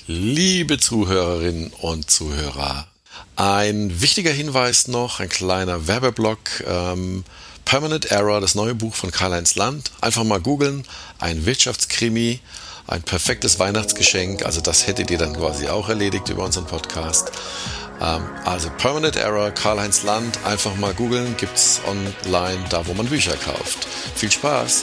Liebe Zuhörerinnen und Zuhörer, ein wichtiger Hinweis noch, ein kleiner Werbeblock. Permanent Error, das neue Buch von Karl-Heinz Land. Einfach mal googeln, ein Wirtschaftskrimi, ein perfektes Weihnachtsgeschenk. Also das hättet ihr dann quasi auch erledigt über unseren Podcast. Also Permanent Error, Karl-Heinz Land, einfach mal googeln, gibt's online, da wo man Bücher kauft. Viel Spaß!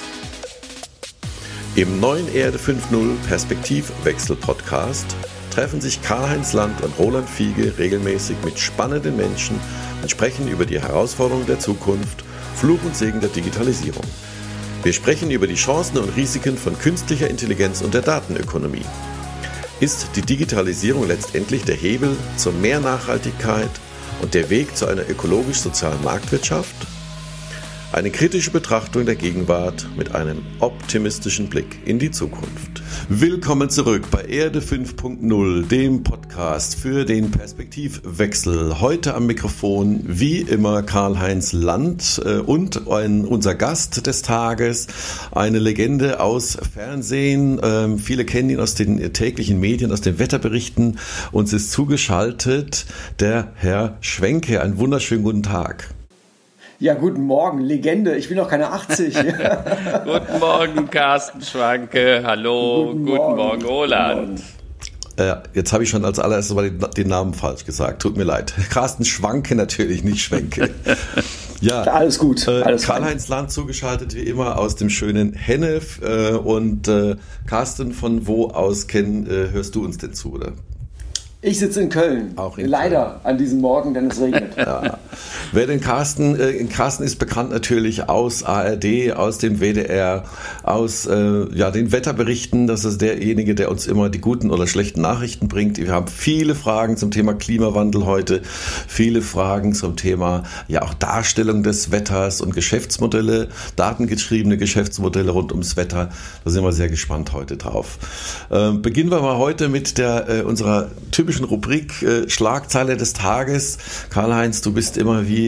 Im neuen Erde 5.0 Perspektivwechsel-Podcast treffen sich Karl-Heinz Land und Roland Fiege regelmäßig mit spannenden Menschen und sprechen über die Herausforderungen der Zukunft, Fluch und Segen der Digitalisierung. Wir sprechen über die Chancen und Risiken von künstlicher Intelligenz und der Datenökonomie. Ist die Digitalisierung letztendlich der Hebel zu mehr Nachhaltigkeit und der Weg zu einer ökologisch-sozialen Marktwirtschaft? Eine kritische Betrachtung der Gegenwart mit einem optimistischen Blick in die Zukunft. Willkommen zurück bei Erde 5.0, dem Podcast für den Perspektivwechsel. Heute am Mikrofon wie immer Karl-Heinz Land und unser Gast des Tages, eine Legende aus Fernsehen. Viele kennen ihn aus den täglichen Medien, aus den Wetterberichten. Uns ist zugeschaltet der Herr Schwenke. Einen wunderschönen guten Tag. Ja, guten Morgen, Legende. Ich bin noch keine 80. Guten Morgen, Carsten Schwanke. Hallo, guten Morgen, Roland. Jetzt habe ich schon als allererstes mal den Namen falsch gesagt. Tut mir leid. Carsten Schwanke natürlich, nicht Schwenke. Ja, alles gut. Karl-Heinz Land zugeschaltet wie immer aus dem schönen Hennef. Und Carsten, von wo aus hörst du uns denn zu, oder? Ich sitze in Köln. Auch in Leider Köln. An diesem Morgen, denn es regnet. Ja. Wer den Carsten ist bekannt natürlich aus ARD, aus dem WDR, aus den Wetterberichten. Das ist derjenige, der uns immer die guten oder schlechten Nachrichten bringt. Wir haben viele Fragen zum Thema Klimawandel heute, viele Fragen zum Thema auch Darstellung des Wetters und Geschäftsmodelle, datengetriebene Geschäftsmodelle rund ums Wetter. Da sind wir sehr gespannt heute drauf. Beginnen wir mal heute mit unserer typischen Rubrik Schlagzeile des Tages. Karl-Heinz, du bist immer wie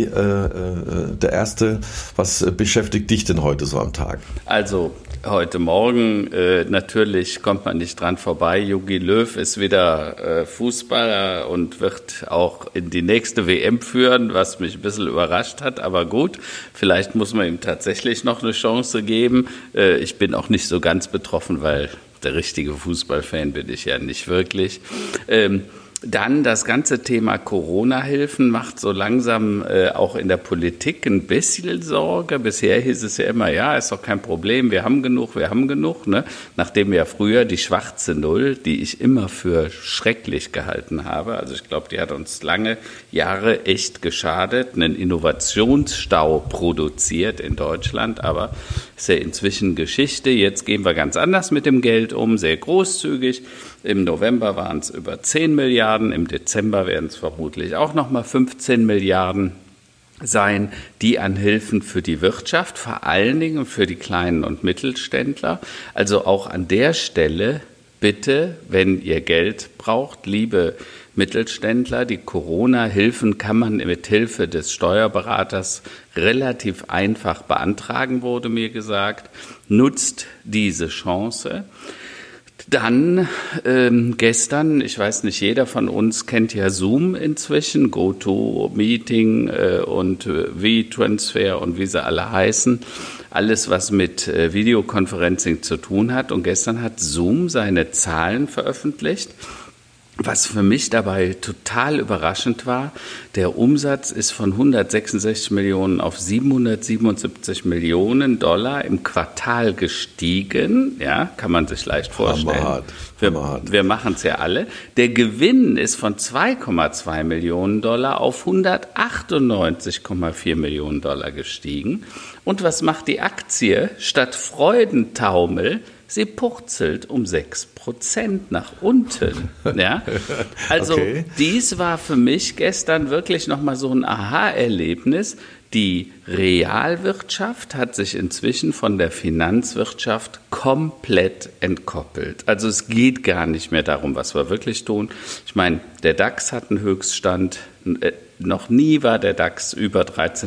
der Erste. Was beschäftigt dich denn heute so am Tag? Also heute Morgen, natürlich kommt man nicht dran vorbei. Jogi Löw ist wieder Fußballer und wird auch in die nächste WM führen, was mich ein bisschen überrascht hat. Aber gut, vielleicht muss man ihm tatsächlich noch eine Chance geben. Ich bin auch nicht so ganz betroffen, weil der richtige Fußballfan bin ich ja nicht wirklich. Dann das ganze Thema Corona-Hilfen macht so langsam auch in der Politik ein bisschen Sorge. Bisher hieß es ja immer, ist doch kein Problem, wir haben genug. Ne? Nachdem ja früher die schwarze Null, die ich immer für schrecklich gehalten habe, also ich glaube, die hat uns lange Jahre echt geschadet, einen Innovationsstau produziert in Deutschland, aber ist ja inzwischen Geschichte. Jetzt gehen wir ganz anders mit dem Geld um, sehr großzügig. Im November waren es über 10 Milliarden, im Dezember werden es vermutlich auch nochmal 15 Milliarden sein, die an Hilfen für die Wirtschaft, vor allen Dingen für die kleinen und Mittelständler. Also auch an der Stelle bitte, wenn ihr Geld braucht, liebe Mittelständler, die Corona-Hilfen kann man mit Hilfe des Steuerberaters relativ einfach beantragen, wurde mir gesagt. Nutzt diese Chance. Dann gestern, ich weiß nicht, jeder von uns kennt ja Zoom inzwischen, GoToMeeting und V-Transfer und wie sie alle heißen. Alles, was mit Videoconferencing zu tun hat. Und gestern hat Zoom seine Zahlen veröffentlicht. Was für mich dabei total überraschend war, der Umsatz ist von 166 Millionen auf 777 Millionen Dollar im Quartal gestiegen. Ja, kann man sich leicht vorstellen. Wir machen es ja alle. Der Gewinn ist von 2,2 Millionen Dollar auf 198,4 Millionen Dollar gestiegen. Und was macht die Aktie? Statt Freudentaumel, sie purzelt um 6% nach unten. Ja? Also okay. Dies war für mich gestern wirklich nochmal so ein Aha-Erlebnis. Die Realwirtschaft hat sich inzwischen von der Finanzwirtschaft komplett entkoppelt. Also es geht gar nicht mehr darum, was wir wirklich tun. Ich meine, der DAX hat einen Höchststand, Noch nie war der DAX über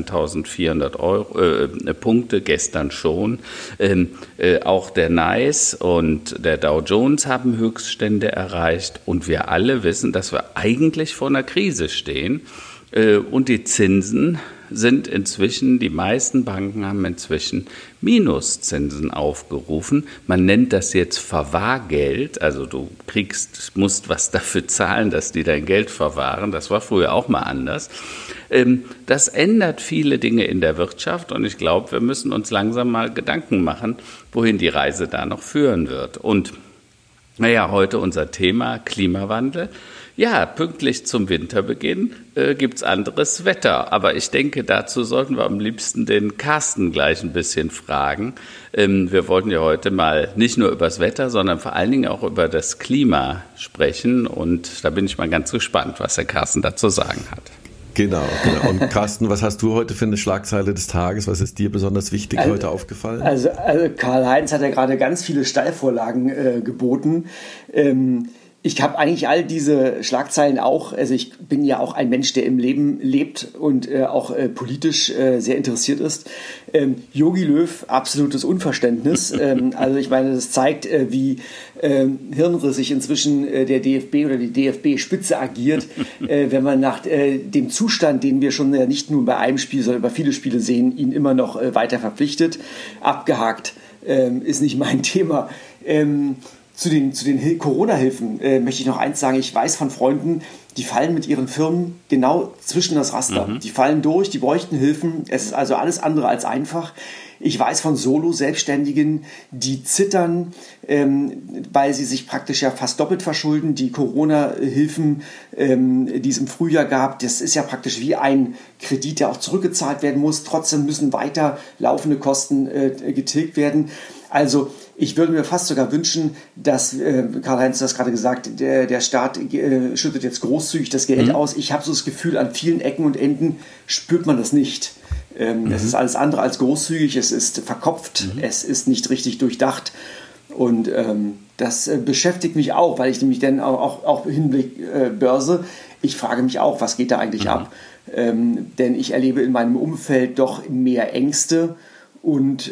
13.400 Punkte, gestern schon. Auch der NICE und der Dow Jones haben Höchststände erreicht. Und wir alle wissen, dass wir eigentlich vor einer Krise stehen. Und die Zinsen sind inzwischen, die meisten Banken haben inzwischen Minuszinsen aufgerufen. Man nennt das jetzt Verwahrgeld, also du musst was dafür zahlen, dass die dein Geld verwahren. Das war früher auch mal anders. Das ändert viele Dinge in der Wirtschaft und ich glaube, wir müssen uns langsam mal Gedanken machen, wohin die Reise da noch führen wird. Und heute unser Thema Klimawandel. Ja, pünktlich zum Winterbeginn gibt's anderes Wetter. Aber ich denke, dazu sollten wir am liebsten den Carsten gleich ein bisschen fragen. Wir wollten ja heute mal nicht nur über das Wetter, sondern vor allen Dingen auch über das Klima sprechen. Und da bin ich mal ganz gespannt, was der Carsten dazu sagen hat. Genau. Und Carsten, was hast du heute für eine Schlagzeile des Tages? Was ist dir besonders wichtig heute aufgefallen? Also Karl-Heinz hat ja gerade ganz viele Steilvorlagen geboten. Ich habe eigentlich all diese Schlagzeilen auch, also ich bin ja auch ein Mensch, der im Leben lebt und auch politisch sehr interessiert ist. Jogi Löw, absolutes Unverständnis. Also ich meine, das zeigt, wie hirnrissig inzwischen der DFB oder die DFB-Spitze agiert, wenn man nach dem Zustand, den wir schon nicht nur bei einem Spiel, sondern über viele Spiele sehen, ihn immer noch weiter verpflichtet. Abgehakt ist nicht mein Thema. Zu den Corona-Hilfen möchte ich noch eins sagen. Ich weiß von Freunden, die fallen mit ihren Firmen genau zwischen das Raster. Die fallen durch, die bräuchten Hilfen. Es ist also alles andere als einfach. Ich weiß von Solo-Selbstständigen, die zittern, weil sie sich praktisch ja fast doppelt verschulden. Die Corona-Hilfen, die es im Frühjahr gab, das ist ja praktisch wie ein Kredit, der auch zurückgezahlt werden muss. Trotzdem müssen weiter laufende Kosten getilgt werden. Also ich würde mir fast sogar wünschen, dass, Karl-Heinz hat das gerade gesagt, der Staat schüttet jetzt großzügig das Geld aus. Ich habe so das Gefühl, an vielen Ecken und Enden spürt man das nicht. Es ist alles andere als großzügig, es ist verkopft, es ist nicht richtig durchdacht. Und das beschäftigt mich auch, weil ich nämlich dann auch im Hinblick Börse, ich frage mich auch, was geht da eigentlich ab? Denn ich erlebe in meinem Umfeld doch mehr Ängste und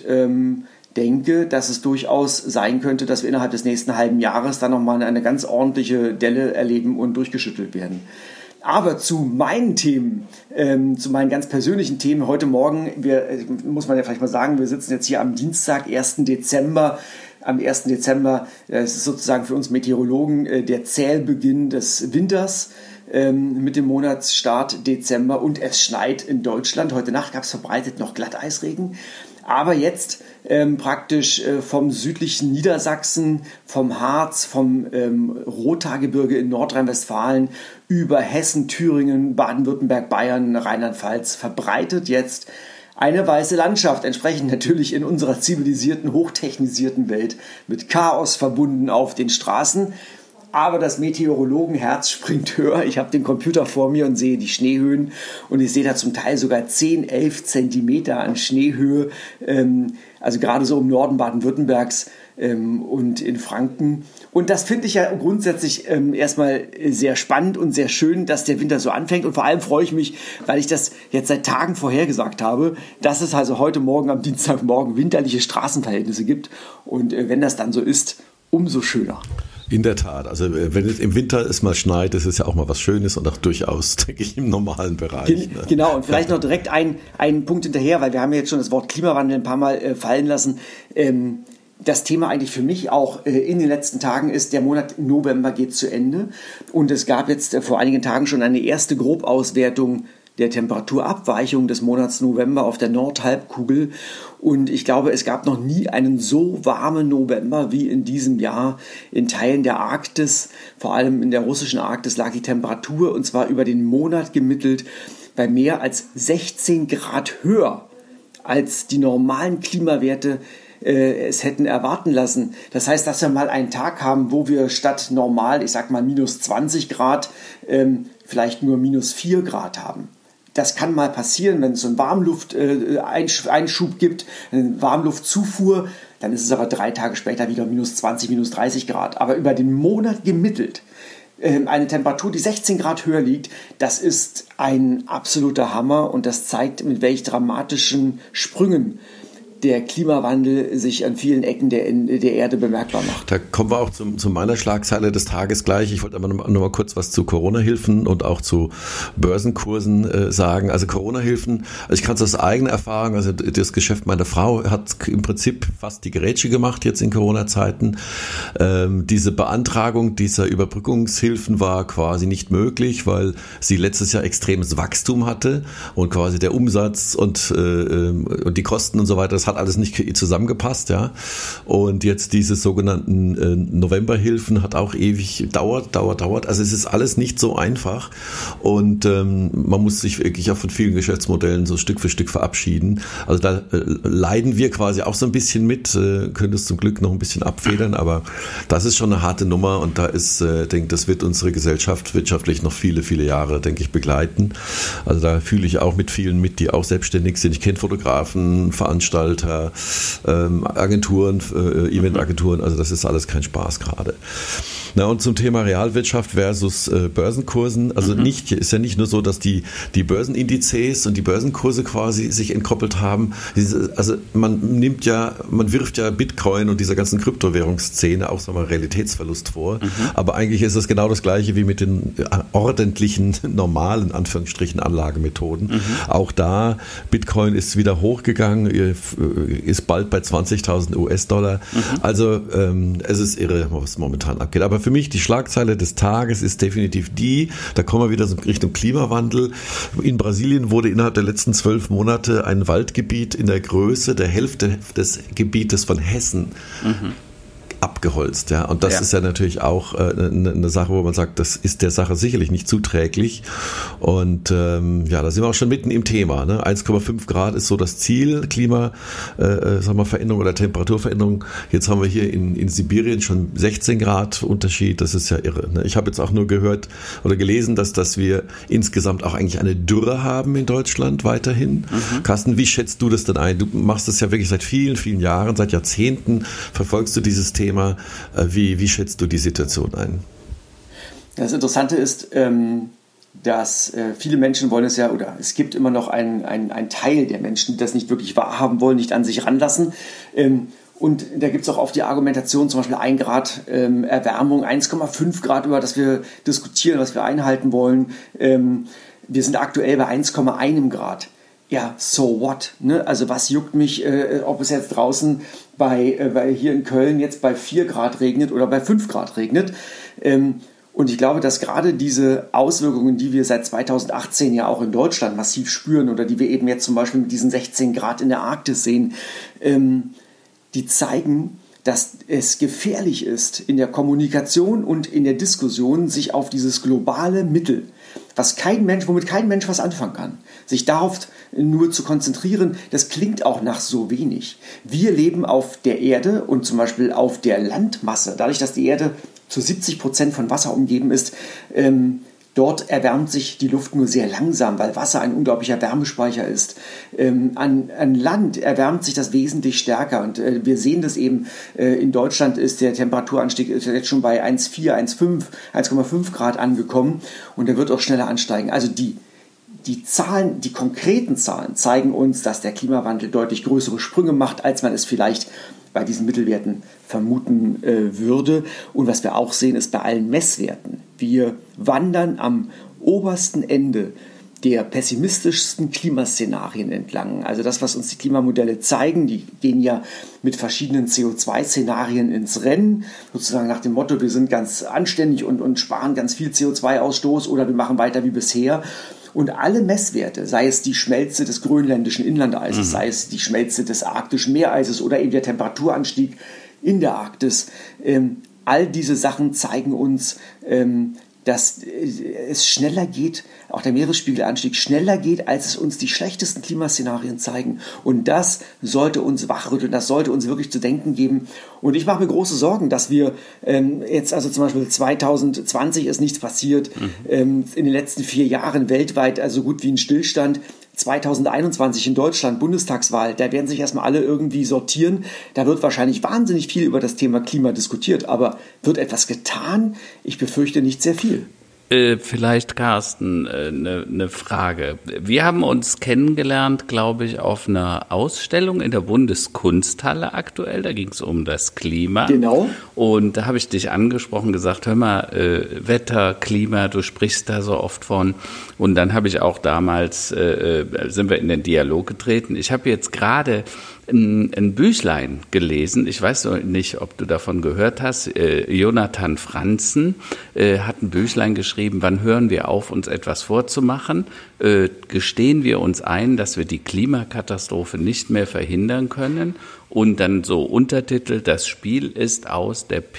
denke, dass es durchaus sein könnte, dass wir innerhalb des nächsten halben Jahres dann nochmal eine ganz ordentliche Delle erleben und durchgeschüttelt werden. Aber zu meinen Themen, zu meinen ganz persönlichen Themen heute Morgen, muss man ja vielleicht mal sagen, wir sitzen jetzt hier am Dienstag, 1. Dezember. Am 1. Dezember, das ist sozusagen für uns Meteorologen der Zählbeginn des Winters mit dem Monatsstart Dezember und es schneit in Deutschland. Heute Nacht gab es verbreitet noch Glatteisregen. Aber jetzt praktisch vom südlichen Niedersachsen, vom Harz, vom Rothaargebirge in Nordrhein-Westfalen über Hessen, Thüringen, Baden-Württemberg, Bayern, Rheinland-Pfalz verbreitet jetzt eine weiße Landschaft, entsprechend natürlich in unserer zivilisierten, hochtechnisierten Welt mit Chaos verbunden auf den Straßen. Aber das Meteorologenherz springt höher. Ich habe den Computer vor mir und sehe die Schneehöhen und ich sehe da zum Teil sogar 10, 11 Zentimeter an Schneehöhe, also gerade so im Norden Baden-Württembergs und in Franken. Und das finde ich ja grundsätzlich erstmal sehr spannend und sehr schön, dass der Winter so anfängt. Und vor allem freue ich mich, weil ich das jetzt seit Tagen vorhergesagt habe, dass es also heute Morgen am Dienstagmorgen winterliche Straßenverhältnisse gibt. Und wenn das dann so ist, umso schöner. In der Tat, also wenn es im Winter es mal schneit, das ist ja auch mal was Schönes und auch durchaus, denke ich, im normalen Bereich. Genau, und vielleicht noch direkt einen Punkt hinterher, weil wir haben ja jetzt schon das Wort Klimawandel ein paar Mal fallen lassen. Das Thema eigentlich für mich auch in den letzten Tagen ist, der Monat November geht zu Ende und es gab jetzt vor einigen Tagen schon eine erste Grobauswertung der Temperaturabweichung des Monats November auf der Nordhalbkugel. Und ich glaube, es gab noch nie einen so warmen November wie in diesem Jahr. In Teilen der Arktis, vor allem in der russischen Arktis, lag die Temperatur, und zwar über den Monat gemittelt, bei mehr als 16 Grad höher als die normalen Klimawerte es hätten erwarten lassen. Das heißt, dass wir mal einen Tag haben, wo wir statt normal, ich sag mal minus 20 Grad, vielleicht nur minus 4 Grad haben. Das kann mal passieren, wenn es so einen Warmlufteinschub gibt, eine Warmluftzufuhr, dann ist es aber 3 Tage später wieder minus 20, minus 30 Grad. Aber über den Monat gemittelt eine Temperatur, die 16 Grad höher liegt, das ist ein absoluter Hammer und das zeigt, mit welch dramatischen Sprüngen der Klimawandel sich an vielen Ecken der Erde bemerkbar macht. Da kommen wir auch zu meiner Schlagzeile des Tages gleich. Ich wollte aber noch mal kurz was zu Corona-Hilfen und auch zu Börsenkursen sagen. Also Corona-Hilfen, ich kann es aus eigener Erfahrung, also das Geschäft meiner Frau hat im Prinzip fast die Grätsche gemacht jetzt in Corona-Zeiten. Diese Beantragung dieser Überbrückungshilfen war quasi nicht möglich, weil sie letztes Jahr extremes Wachstum hatte und quasi der Umsatz und die Kosten und so weiter, das hat alles nicht zusammengepasst, ja. Und jetzt diese sogenannten Novemberhilfen hat auch ewig dauert. Also es ist alles nicht so einfach und man muss sich wirklich auch von vielen Geschäftsmodellen so Stück für Stück verabschieden. Also da leiden wir quasi auch so ein bisschen mit, können es zum Glück noch ein bisschen abfedern, aber das ist schon eine harte Nummer und da ist, denke, das wird unsere Gesellschaft wirtschaftlich noch viele, viele Jahre, denke ich, begleiten. Also da fühle ich auch mit vielen mit, die auch selbstständig sind. Ich kenne Fotografen, Veranstalter, Agenturen, Eventagenturen, also das ist alles kein Spaß gerade. Na, und zum Thema Realwirtschaft versus Börsenkursen, also ist ja nicht nur so, dass die Börsenindizes und die Börsenkurse quasi sich entkoppelt haben. Also man wirft ja Bitcoin und dieser ganzen Kryptowährungsszene auch, sagen wir mal, Realitätsverlust vor. Aber eigentlich ist es genau das Gleiche wie mit den ordentlichen, normalen, Anführungsstrichen, Anlagemethoden. Auch da, Bitcoin ist wieder hochgegangen, ist bald bei 20.000 US-Dollar. Also es ist irre, was momentan abgeht. Aber für mich die Schlagzeile des Tages ist definitiv da kommen wir wieder so Richtung Klimawandel. In Brasilien wurde innerhalb der letzten 12 Monate ein Waldgebiet in der Größe der Hälfte des Gebietes von Hessen abgeholzt, ja. Und das ist ja natürlich auch eine Sache, wo man sagt, das ist der Sache sicherlich nicht zuträglich. Und da sind wir auch schon mitten im Thema. Ne? 1,5 Grad ist so das Ziel, Veränderung oder Temperaturveränderung. Jetzt haben wir hier in Sibirien schon 16 Grad Unterschied. Das ist ja irre. Ne? Ich habe jetzt auch nur gehört oder gelesen, dass wir insgesamt auch eigentlich eine Dürre haben in Deutschland weiterhin. Carsten, wie schätzt du das denn ein? Du machst das ja wirklich seit vielen, vielen Jahren, seit Jahrzehnten verfolgst du dieses Thema. Wie schätzt du die Situation ein? Das Interessante ist, dass viele Menschen wollen es ja, oder es gibt immer noch einen Teil der Menschen, die das nicht wirklich wahrhaben wollen, nicht an sich ranlassen. Und da gibt es auch oft die Argumentation, zum Beispiel 1 Grad Erwärmung, 1,5 Grad, über das wir diskutieren, was wir einhalten wollen. Wir sind aktuell bei 1,1 Grad. Ja, so what? Ne? Also was juckt mich, ob es jetzt draußen bei hier in Köln jetzt bei 4 Grad regnet oder bei 5 Grad regnet. Und ich glaube, dass gerade diese Auswirkungen, die wir seit 2018 ja auch in Deutschland massiv spüren oder die wir eben jetzt zum Beispiel mit diesen 16 Grad in der Arktis sehen, die zeigen, dass es gefährlich ist, in der Kommunikation und in der Diskussion sich auf dieses globale Mittel, womit kein Mensch was anfangen kann, sich darauf nur zu konzentrieren, das klingt auch nach so wenig. Wir leben auf der Erde und zum Beispiel auf der Landmasse, dadurch, dass die Erde zu 70% von Wasser umgeben ist, dort erwärmt sich die Luft nur sehr langsam, weil Wasser ein unglaublicher Wärmespeicher ist. An Land erwärmt sich das wesentlich stärker. Und wir sehen das eben, in Deutschland ist der Temperaturanstieg jetzt schon bei 1,5 Grad angekommen. Und der wird auch schneller ansteigen. Also die Zahlen, die konkreten Zahlen zeigen uns, dass der Klimawandel deutlich größere Sprünge macht, als man es vielleicht bei diesen Mittelwerten vermuten würde. Und was wir auch sehen, ist bei allen Messwerten. Wir wandern am obersten Ende der pessimistischsten Klimaszenarien entlang. Also das, was uns die Klimamodelle zeigen, die gehen ja mit verschiedenen CO2-Szenarien ins Rennen, sozusagen nach dem Motto, wir sind ganz anständig und sparen ganz viel CO2-Ausstoß oder wir machen weiter wie bisher. Und alle Messwerte, sei es die Schmelze des grönländischen Inlandeises, sei es die Schmelze des arktischen Meereises oder eben der Temperaturanstieg in der Arktis, all diese Sachen zeigen uns, dass es schneller geht, auch der Meeresspiegelanstieg schneller geht, als es uns die schlechtesten Klimaszenarien zeigen. Und das sollte uns wachrütteln, das sollte uns wirklich zu denken geben. Und ich mache mir große Sorgen, dass wir jetzt, also zum Beispiel 2020 ist nichts passiert, in den letzten 4 Jahren weltweit also gut wie ein Stillstand. 2021 in Deutschland, Bundestagswahl, da werden sich erstmal alle irgendwie sortieren. Da wird wahrscheinlich wahnsinnig viel über das Thema Klima diskutiert, aber wird etwas getan? Ich befürchte nicht sehr viel. Vielleicht, Carsten, eine Frage. Wir haben uns kennengelernt, glaube ich, auf einer Ausstellung in der Bundeskunsthalle aktuell. Da ging es um das Klima. Genau. Und da habe ich dich angesprochen, gesagt, hör mal, Wetter, Klima, du sprichst da so oft von. Und dann habe ich auch damals, sind wir in den Dialog getreten. Ich habe jetzt gerade ein Büchlein gelesen, ich weiß nicht, ob du davon gehört hast, Jonathan Franzen hat ein Büchlein geschrieben, wann hören wir auf, uns etwas vorzumachen, gestehen wir uns ein, dass wir die Klimakatastrophe nicht mehr verhindern können und dann so Untertitel, das Spiel ist aus, der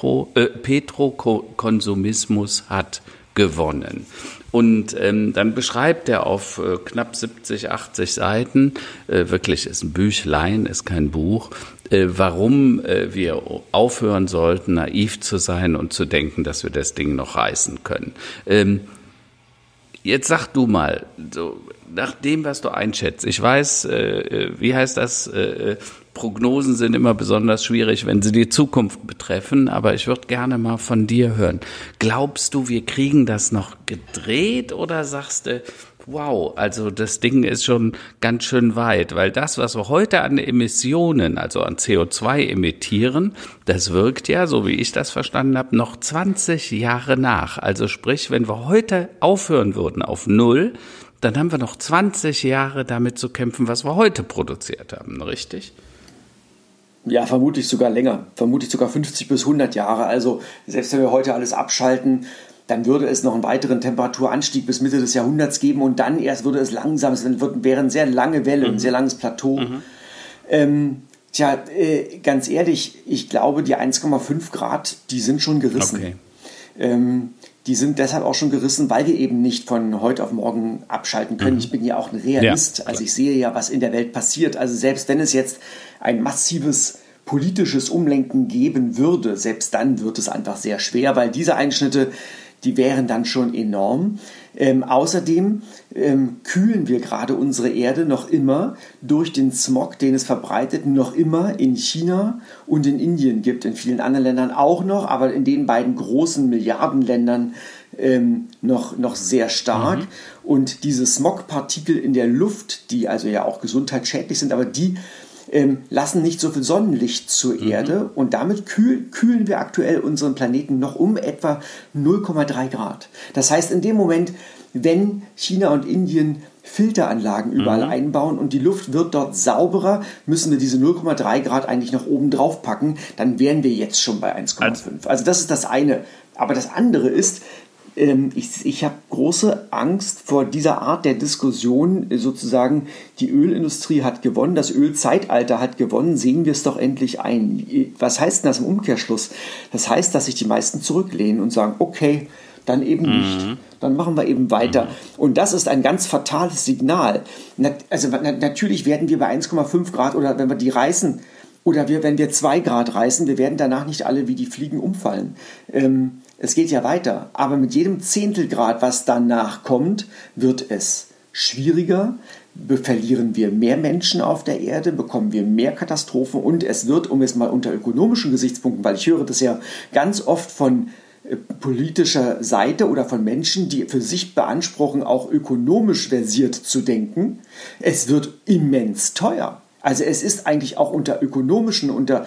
Petrokonsumismus hat gewonnen. Und dann beschreibt er auf knapp 70, 80 Seiten, wirklich ist ein Büchlein, ist kein Buch, warum wir aufhören sollten, naiv zu sein und zu denken, dass wir das Ding noch reißen können. Jetzt sag du mal, so nach dem, was du einschätzt, ich weiß, wie heißt das, Prognosen sind immer besonders schwierig, wenn sie die Zukunft betreffen, aber ich würde gerne mal von dir hören. Glaubst du, wir kriegen das noch gedreht oder sagst du, wow, also das Ding ist schon ganz schön weit, weil das, was wir heute an Emissionen, also an CO2 emittieren, das wirkt ja, so wie ich das verstanden habe, noch 20 Jahre nach. Also sprich, wenn wir heute aufhören würden auf Null, dann haben wir noch 20 Jahre damit zu kämpfen, was wir heute produziert haben, richtig? Ja, vermutlich sogar länger, vermutlich sogar 50 bis 100 Jahre. Also selbst wenn wir heute alles abschalten, dann würde es noch einen weiteren Temperaturanstieg bis Mitte des Jahrhunderts geben und dann erst würde es langsam, es wäre eine sehr lange Welle, ein sehr langes Plateau. Ganz ehrlich, ich glaube, die 1,5 Grad, die sind schon gerissen. Okay. Die sind deshalb auch schon gerissen, weil wir eben nicht von heute auf morgen abschalten können. Ich bin ja auch ein Realist, also ich sehe ja, was in der Welt passiert. Also selbst wenn es jetzt ein massives politisches Umlenken geben würde, selbst dann wird es einfach sehr schwer, weil diese Einschnitte, die wären dann schon enorm. Außerdem kühlen wir gerade unsere Erde noch immer durch den Smog, den es verbreitet, noch immer in China und in Indien gibt, in vielen anderen Ländern auch noch, aber in den beiden großen Milliardenländern noch sehr stark. Und diese Smogpartikel in der Luft, die also ja auch gesundheitsschädlich sind, aber die lassen nicht so viel Sonnenlicht zur Erde und damit kühlen wir aktuell unseren Planeten noch um etwa 0,3 Grad. Das heißt, in dem Moment, wenn China und Indien Filteranlagen überall einbauen und die Luft wird dort sauberer, müssen wir diese 0,3 Grad eigentlich noch oben drauf packen, dann wären wir jetzt schon bei 1,5. Also das ist das eine. Aber das andere ist, ich habe große Angst vor dieser Art der Diskussion, sozusagen, die Ölindustrie hat gewonnen, das Ölzeitalter hat gewonnen, sehen wir es doch endlich ein. Was heißt denn das im Umkehrschluss? Das heißt, dass sich die meisten zurücklehnen und sagen, okay, dann eben nicht, dann machen wir eben weiter. Und das ist ein ganz fatales Signal. Also natürlich werden wir bei 1,5 Grad oder wenn wir die reißen, oder wenn wir 2 Grad reißen, wir werden danach nicht alle wie die Fliegen umfallen. Es geht ja weiter, aber mit jedem Zehntelgrad, was danach kommt, wird es schwieriger, verlieren wir mehr Menschen auf der Erde, bekommen wir mehr Katastrophen und es wird, um es mal unter ökonomischen Gesichtspunkten, weil ich höre das ja ganz oft von politischer Seite oder von Menschen, die für sich beanspruchen, auch ökonomisch versiert zu denken, es wird immens teuer. Also es ist eigentlich auch unter ökonomischen, unter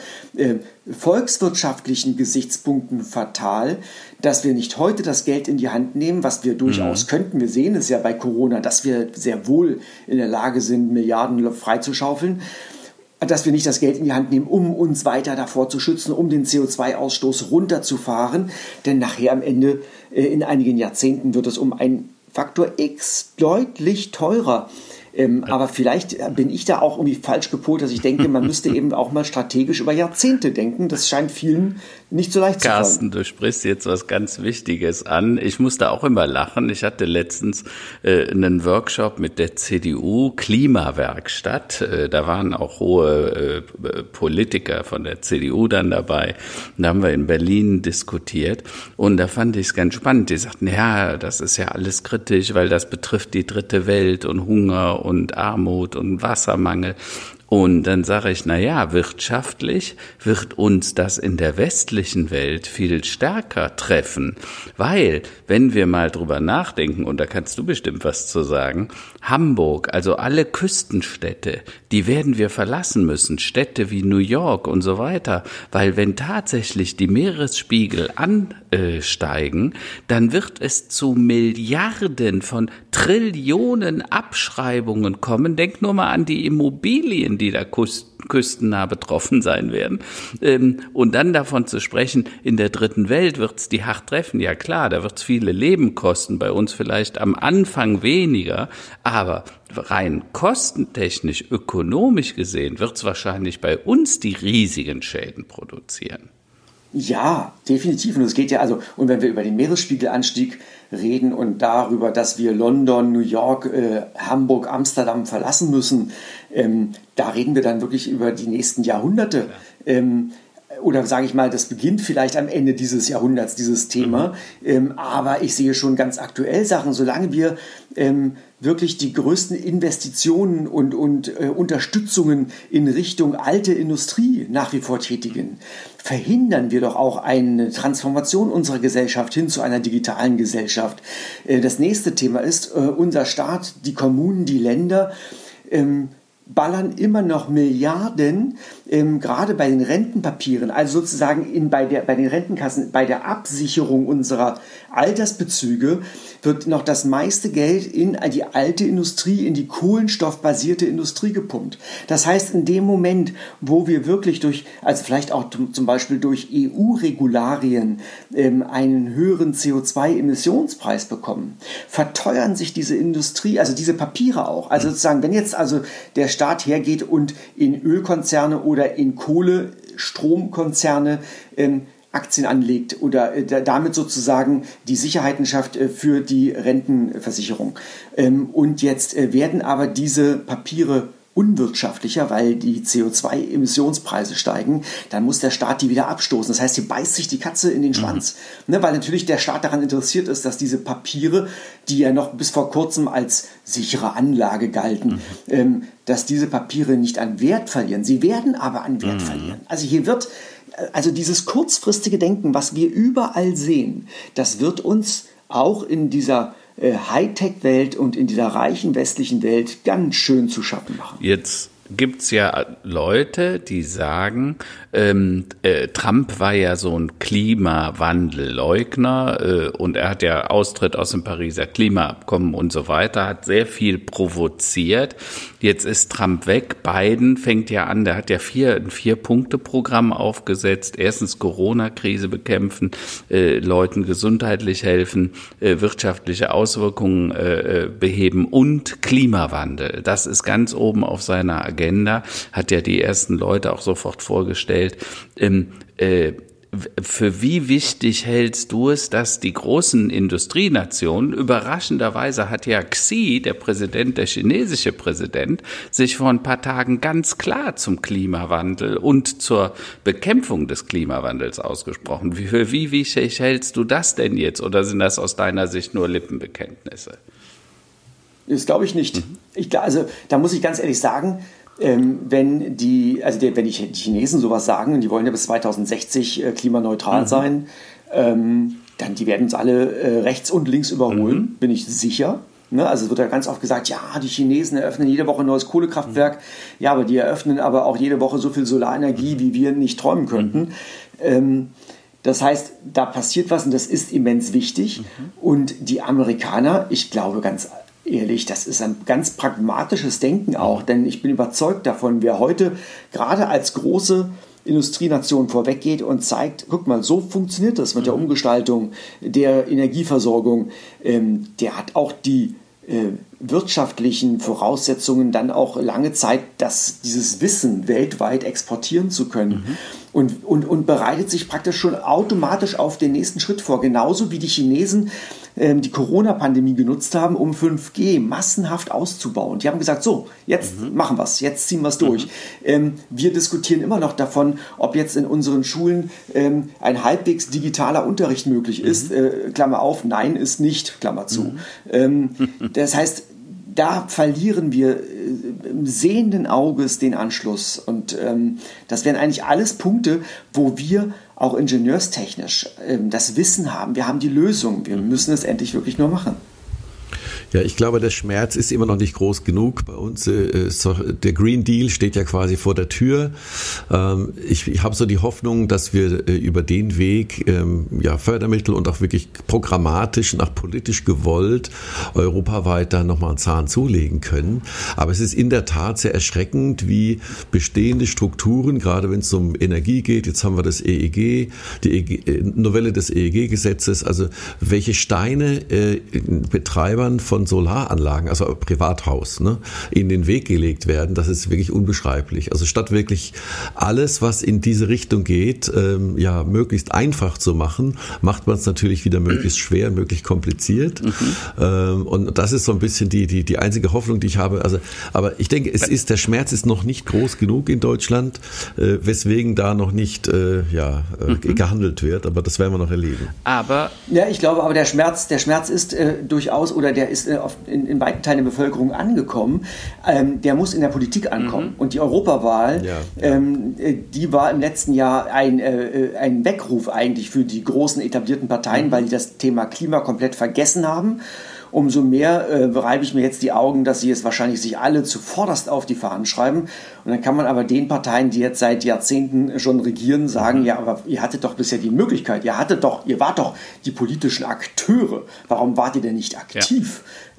volkswirtschaftlichen Gesichtspunkten fatal, dass wir nicht heute das Geld in die Hand nehmen, was wir durchaus könnten. Wir sehen es ja bei Corona, dass wir sehr wohl in der Lage sind, Milliarden freizuschaufeln, dass wir nicht das Geld in die Hand nehmen, um uns weiter davor zu schützen, um den CO2-Ausstoß runterzufahren. Denn nachher am Ende, in einigen Jahrzehnten, wird es um einen Faktor X deutlich teurer. Aber vielleicht bin ich da auch irgendwie falsch gepolt, dass ich denke, man müsste eben auch mal strategisch über Jahrzehnte denken. Das scheint vielen nicht so leicht zu fallen. Carsten, du sprichst jetzt was ganz Wichtiges an. Ich musste auch immer lachen. Ich hatte letztens einen Workshop mit der CDU, Klimawerkstatt. Da waren auch hohe Politiker von der CDU dann dabei. Da haben wir in Berlin diskutiert. Und da fand ich es ganz spannend. Die sagten, ja, das ist ja alles kritisch, weil das betrifft die dritte Welt und Hunger Hunger und Armut und Wassermangel. Und dann sage ich, wirtschaftlich wird uns das in der westlichen Welt viel stärker treffen, weil, wenn wir mal drüber nachdenken, und da kannst du bestimmt was zu sagen, Hamburg, also alle Küstenstädte, die werden wir verlassen müssen, Städte wie New York und so weiter, weil wenn tatsächlich die Meeresspiegel ansteigen, dann wird es zu Milliarden von Trillionen Abschreibungen kommen. Denk nur mal an die Immobilien, die da küstennah betroffen sein werden. Und dann davon zu sprechen, in der dritten Welt wird's die hart treffen. Ja klar, da wird's viele Leben kosten, bei uns vielleicht am Anfang weniger, aber rein kostentechnisch, ökonomisch gesehen, wird's wahrscheinlich bei uns die riesigen Schäden produzieren. Ja, definitiv. Und es geht ja und wenn wir über den Meeresspiegelanstieg reden und darüber, dass wir London, New York, Hamburg, Amsterdam verlassen müssen, da reden wir dann wirklich über die nächsten Jahrhunderte. Oder sage ich mal, das beginnt vielleicht am Ende dieses Jahrhunderts, dieses Thema. Aber ich sehe schon ganz aktuell Sachen, solange wir wirklich die größten Investitionen und Unterstützungen in Richtung alte Industrie nach wie vor tätigen, verhindern wir doch auch eine Transformation unserer Gesellschaft hin zu einer digitalen Gesellschaft. Das nächste Thema ist, unser Staat, die Kommunen, die Länder ballern immer noch Milliarden, gerade bei den Rentenpapieren, also sozusagen bei den Rentenkassen, bei der Absicherung unserer Altersbezüge wird noch das meiste Geld in die alte Industrie, in die kohlenstoffbasierte Industrie gepumpt. Das heißt, in dem Moment, wo wir wirklich vielleicht auch zum Beispiel durch EU-Regularien einen höheren CO2-Emissionspreis bekommen, verteuern sich diese Industrie, also diese Papiere auch. Also sozusagen, wenn jetzt der Staat hergeht und in Ölkonzerne oder in Kohlestromkonzerne Aktien anlegt oder damit sozusagen die Sicherheiten schafft für die Rentenversicherung. Und jetzt werden aber diese Papiere unwirtschaftlicher, weil die CO2-Emissionspreise steigen, dann muss der Staat die wieder abstoßen. Das heißt, hier beißt sich die Katze in den Schwanz. Weil natürlich der Staat daran interessiert ist, dass diese Papiere, die ja noch bis vor kurzem als sichere Anlage galten, dass diese Papiere nicht an Wert verlieren. Sie werden aber an Wert verlieren. Also hier wird dieses kurzfristige Denken, was wir überall sehen, das wird uns auch in dieser Hightech-Welt und in dieser reichen westlichen Welt ganz schön zu schaffen machen. Jetzt gibt's ja Leute, die sagen, Trump war ja so ein Klimawandelleugner und er hat ja Austritt aus dem Pariser Klimaabkommen und so weiter, hat sehr viel provoziert. Jetzt ist Trump weg. Biden fängt ja an, der hat ja ein 4-Punkte-Programm aufgesetzt. Erstens Corona-Krise bekämpfen, Leuten gesundheitlich helfen, wirtschaftliche Auswirkungen beheben und Klimawandel. Das ist ganz oben auf seiner Agenda, hat ja die ersten Leute auch sofort vorgestellt. Für wie wichtig hältst du es, dass die großen Industrienationen, überraschenderweise hat ja Xi, der chinesische Präsident, sich vor ein paar Tagen ganz klar zum Klimawandel und zur Bekämpfung des Klimawandels ausgesprochen. Für wie wichtig hältst du das denn jetzt? Oder sind das aus deiner Sicht nur Lippenbekenntnisse? Das glaube ich nicht. Da muss ich ganz ehrlich sagen, wenn die Chinesen sowas sagen, und die wollen ja bis 2060 klimaneutral sein, dann die werden uns alle rechts und links überholen, bin ich sicher. Also es wird ja ganz oft gesagt, ja, die Chinesen eröffnen jede Woche ein neues Kohlekraftwerk, ja, aber die eröffnen aber auch jede Woche so viel Solarenergie, wie wir nicht träumen könnten. Das heißt, da passiert was und das ist immens wichtig. Und die Amerikaner, ich glaube ganz ehrlich, das ist ein ganz pragmatisches Denken auch, denn ich bin überzeugt davon, wer heute gerade als große Industrienation vorweggeht und zeigt, guck mal, so funktioniert das mit der Umgestaltung der Energieversorgung, der hat auch die wirtschaftlichen Voraussetzungen, dann auch lange Zeit dieses Wissen weltweit exportieren zu können und bereitet sich praktisch schon automatisch auf den nächsten Schritt vor. Genauso wie die Chinesen die Corona-Pandemie genutzt haben, um 5G massenhaft auszubauen. Die haben gesagt, so, jetzt machen wir es, jetzt ziehen wir es durch. Wir diskutieren immer noch davon, ob jetzt in unseren Schulen ein halbwegs digitaler Unterricht möglich ist. Klammer auf, nein, ist nicht, Klammer zu. Das heißt, da verlieren wir sehenden Auges den Anschluss. Und das wären eigentlich alles Punkte, wo wir auch ingenieurstechnisch das Wissen haben. Wir haben die Lösung. Wir müssen es endlich wirklich nur machen. Ja, ich glaube, der Schmerz ist immer noch nicht groß genug bei uns. Der Green Deal steht ja quasi vor der Tür. Ich habe so die Hoffnung, dass wir über den Weg Fördermittel und auch wirklich programmatisch und auch politisch gewollt europaweit da nochmal einen Zahn zulegen können. Aber es ist in der Tat sehr erschreckend, wie bestehende Strukturen, gerade wenn es um Energie geht, jetzt haben wir das EEG, die Novelle des EEG-Gesetzes, also welche Steine Betreibern von Solaranlagen, also Privathaus, in den Weg gelegt werden, das ist wirklich unbeschreiblich. Also statt wirklich alles, was in diese Richtung geht, möglichst einfach zu machen, macht man es natürlich wieder möglichst schwer, möglichst kompliziert. Und das ist so ein bisschen die einzige Hoffnung, die ich habe. Also, aber ich denke, der Schmerz ist noch nicht groß genug in Deutschland, weswegen da noch nicht gehandelt wird. Aber das werden wir noch erleben. Ich glaube, aber der Schmerz ist durchaus, oder der ist in weiten Teilen der Bevölkerung angekommen. Der muss in der Politik ankommen. Und die Europawahl, die war im letzten Jahr ein Weckruf eigentlich für die großen etablierten Parteien, weil die das Thema Klima komplett vergessen haben. Umso mehr reibe ich mir jetzt die Augen, dass sie es wahrscheinlich sich alle zuvorderst auf die Fahnen schreiben. Und dann kann man aber den Parteien, die jetzt seit Jahrzehnten schon regieren, sagen, ja, aber ihr hattet doch bisher die Möglichkeit, ihr wart doch die politischen Akteure. Warum wart ihr denn nicht aktiv?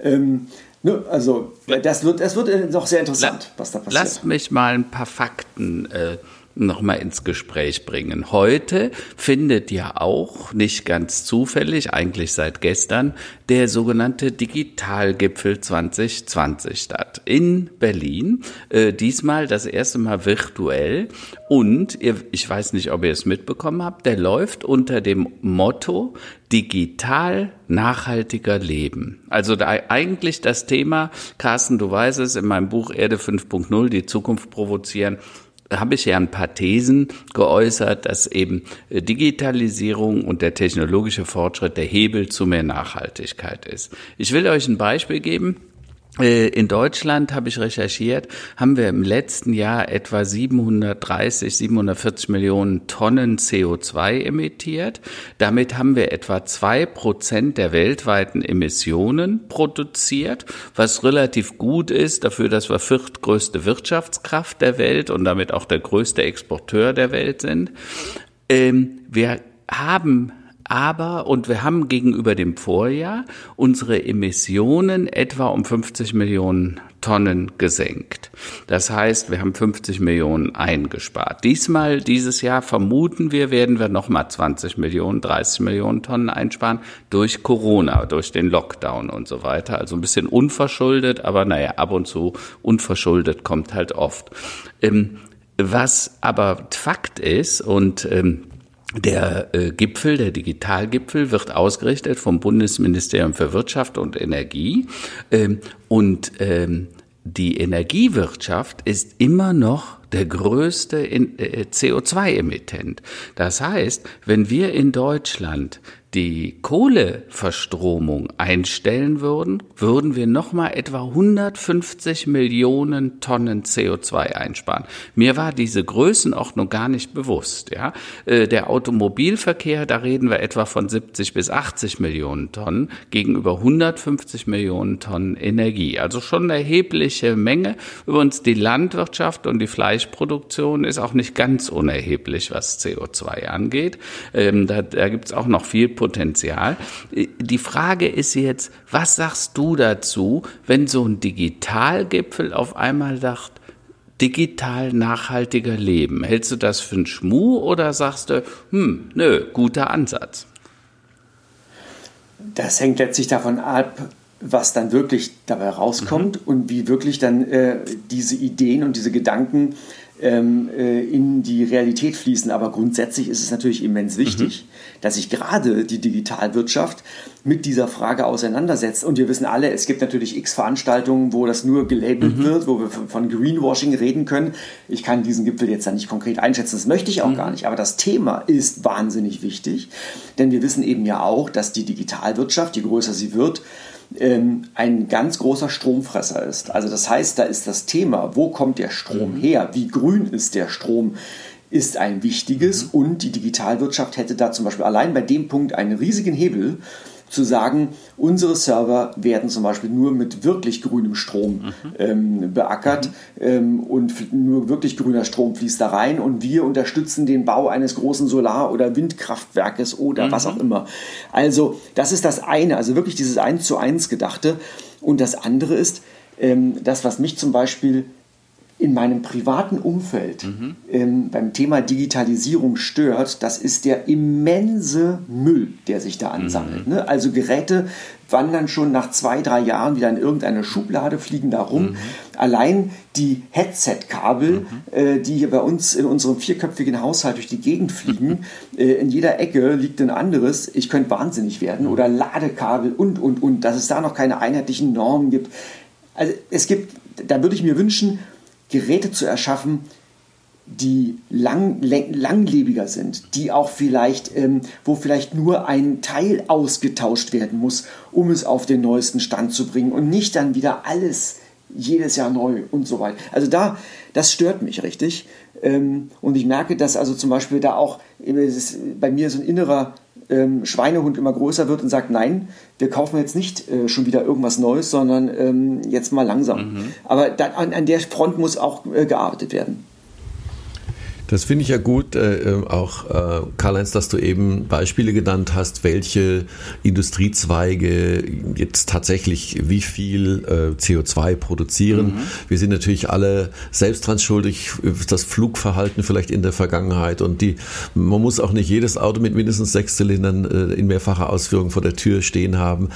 Ja. Also das wird noch sehr interessant, was da passiert. Lasst mich mal ein paar Fakten noch mal ins Gespräch bringen. Heute findet ja auch, nicht ganz zufällig, eigentlich seit gestern, der sogenannte Digitalgipfel 2020 statt. In Berlin, diesmal das erste Mal virtuell. Und ich weiß nicht, ob ihr es mitbekommen habt, der läuft unter dem Motto digital nachhaltiger Leben. Also eigentlich das Thema, Carsten, du weißt es, in meinem Buch Erde 5.0, die Zukunft provozieren, habe ich ja ein paar Thesen geäußert, dass eben Digitalisierung und der technologische Fortschritt der Hebel zu mehr Nachhaltigkeit ist. Ich will euch ein Beispiel geben. In Deutschland, habe ich recherchiert, haben wir im letzten Jahr etwa 740 Millionen Tonnen CO2 emittiert. Damit haben wir etwa 2% der weltweiten Emissionen produziert, was relativ gut ist dafür, dass wir viertgrößte Wirtschaftskraft der Welt und damit auch der größte Exporteur der Welt sind. Wir haben gegenüber dem Vorjahr unsere Emissionen etwa um 50 Millionen Tonnen gesenkt. Das heißt, wir haben 50 Millionen eingespart. Dieses Jahr vermuten wir, werden wir nochmal 20 Millionen, 30 Millionen Tonnen einsparen durch Corona, durch den Lockdown und so weiter. Also ein bisschen unverschuldet, aber ab und zu unverschuldet kommt halt oft. Was aber Fakt ist und der Gipfel, der Digitalgipfel, wird ausgerichtet vom Bundesministerium für Wirtschaft und Energie. Die Energiewirtschaft ist immer noch der größte CO2-Emittent. Das heißt, wenn wir in Deutschland die Kohleverstromung einstellen würden, würden wir nochmal etwa 150 Millionen Tonnen CO2 einsparen. Mir war diese Größenordnung gar nicht bewusst. Ja? Der Automobilverkehr, da reden wir etwa von 70 bis 80 Millionen Tonnen gegenüber 150 Millionen Tonnen Energie. Also schon eine erhebliche Menge. Übrigens die Landwirtschaft und die Fleischproduktion ist auch nicht ganz unerheblich, was CO2 angeht. Da gibt es auch noch viel Potenzial. Die Frage ist jetzt, was sagst du dazu, wenn so ein Digitalgipfel auf einmal sagt, digital nachhaltiger Leben? Hältst du das für einen Schmuh oder sagst du, guter Ansatz? Das hängt letztlich davon ab, was dann wirklich dabei rauskommt und wie wirklich dann diese Ideen und diese Gedanken in die Realität fließen. Aber grundsätzlich ist es natürlich immens wichtig, dass sich gerade die Digitalwirtschaft mit dieser Frage auseinandersetzt. Und wir wissen alle, es gibt natürlich x Veranstaltungen, wo das nur gelabelt wird, wo wir von Greenwashing reden können. Ich kann diesen Gipfel jetzt da nicht konkret einschätzen, das möchte ich auch gar nicht. Aber das Thema ist wahnsinnig wichtig, denn wir wissen eben ja auch, dass die Digitalwirtschaft, je größer sie wird, ein ganz großer Stromfresser ist. Also das heißt, da ist das Thema, wo kommt der Strom her, wie grün ist der Strom, ist ein wichtiges, und die Digitalwirtschaft hätte da zum Beispiel allein bei dem Punkt einen riesigen Hebel, zu sagen, unsere Server werden zum Beispiel nur mit wirklich grünem Strom beackert und nur wirklich grüner Strom fließt da rein, und wir unterstützen den Bau eines großen Solar- oder Windkraftwerkes oder was auch immer. Also das ist das eine, also wirklich dieses 1:1 Gedachte. Und das andere ist, das, was mich zum Beispiel in meinem privaten Umfeld beim Thema Digitalisierung stört, das ist der immense Müll, der sich da ansammelt. Ne? Also Geräte wandern schon nach 2-3 Jahren wieder in irgendeine Schublade, fliegen da rum. Allein die Headset-Kabel, die hier bei uns in unserem 4-köpfigen Haushalt durch die Gegend fliegen, in jeder Ecke liegt ein anderes. Ich könnte wahnsinnig werden. Oder Ladekabel und, dass es da noch keine einheitlichen Normen gibt. Also da würde ich mir wünschen, Geräte zu erschaffen, die langlebiger sind, die auch vielleicht, wo vielleicht nur ein Teil ausgetauscht werden muss, um es auf den neuesten Stand zu bringen, und nicht dann wieder alles jedes Jahr neu und so weiter. Also das stört mich richtig. Und ich merke, dass also zum Beispiel da auch bei mir so ein innerer Schweinehund immer größer wird und sagt, nein, wir kaufen jetzt nicht schon wieder irgendwas Neues, sondern jetzt mal langsam. Aber an der Front muss auch gearbeitet werden. Das finde ich ja gut, auch Karl-Heinz, dass du eben Beispiele genannt hast, welche Industriezweige jetzt tatsächlich wie viel CO2 produzieren. Wir sind natürlich alle selbst dran schuldig, das Flugverhalten vielleicht in der Vergangenheit, und man muss auch nicht jedes Auto mit mindestens 6 Zylindern in mehrfacher Ausführung vor der Tür stehen haben.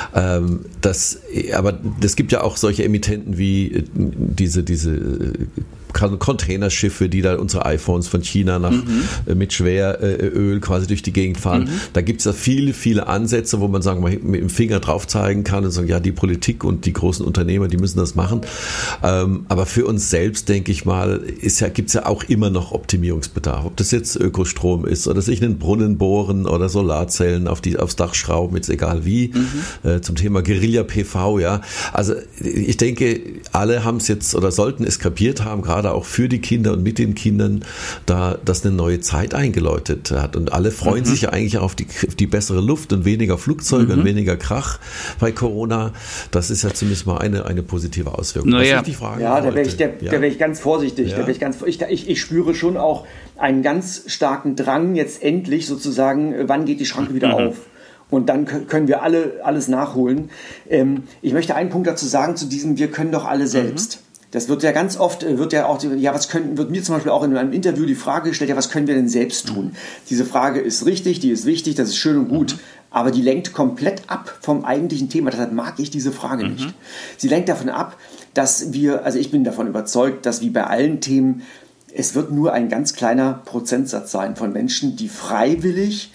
Aber es gibt ja auch solche Emittenten wie diese Containerschiffe, die da unsere iPhones von China mit Schweröl quasi durch die Gegend fahren. Da gibt es ja viele, viele Ansätze, wo man sagen, mit dem Finger drauf zeigen kann und sagen, ja, die Politik und die großen Unternehmer, die müssen das machen. Aber für uns selbst, denke ich mal, gibt es ja auch immer noch Optimierungsbedarf. Ob das jetzt Ökostrom ist oder sich einen Brunnen bohren oder Solarzellen aufs Dach schrauben, jetzt egal wie. Zum Thema Guerilla-PV, ja. Also ich denke, alle haben es jetzt oder sollten es kapiert haben, gerade auch für die Kinder und mit den Kindern, dass eine neue Zeit eingeläutet hat. Und alle freuen sich ja eigentlich auf die bessere Luft und weniger Flugzeuge und weniger Krach bei Corona. Das ist ja zumindest mal eine positive Auswirkung. Da wäre ich ganz vorsichtig. Ja. Ich spüre schon auch einen ganz starken Drang, jetzt endlich sozusagen, wann geht die Schranke wieder auf? Und dann können wir alles nachholen. Ich möchte einen Punkt dazu sagen, zu diesem, wir können doch alle selbst. Das wird ja ganz oft, wird mir zum Beispiel auch in einem Interview die Frage gestellt, ja, was können wir denn selbst tun? Diese Frage ist richtig, die ist wichtig, das ist schön und gut, aber die lenkt komplett ab vom eigentlichen Thema. Deshalb mag ich diese Frage nicht. Sie lenkt davon ab, dass ich bin davon überzeugt, dass wie bei allen Themen, es wird nur ein ganz kleiner Prozentsatz sein von Menschen, die freiwillig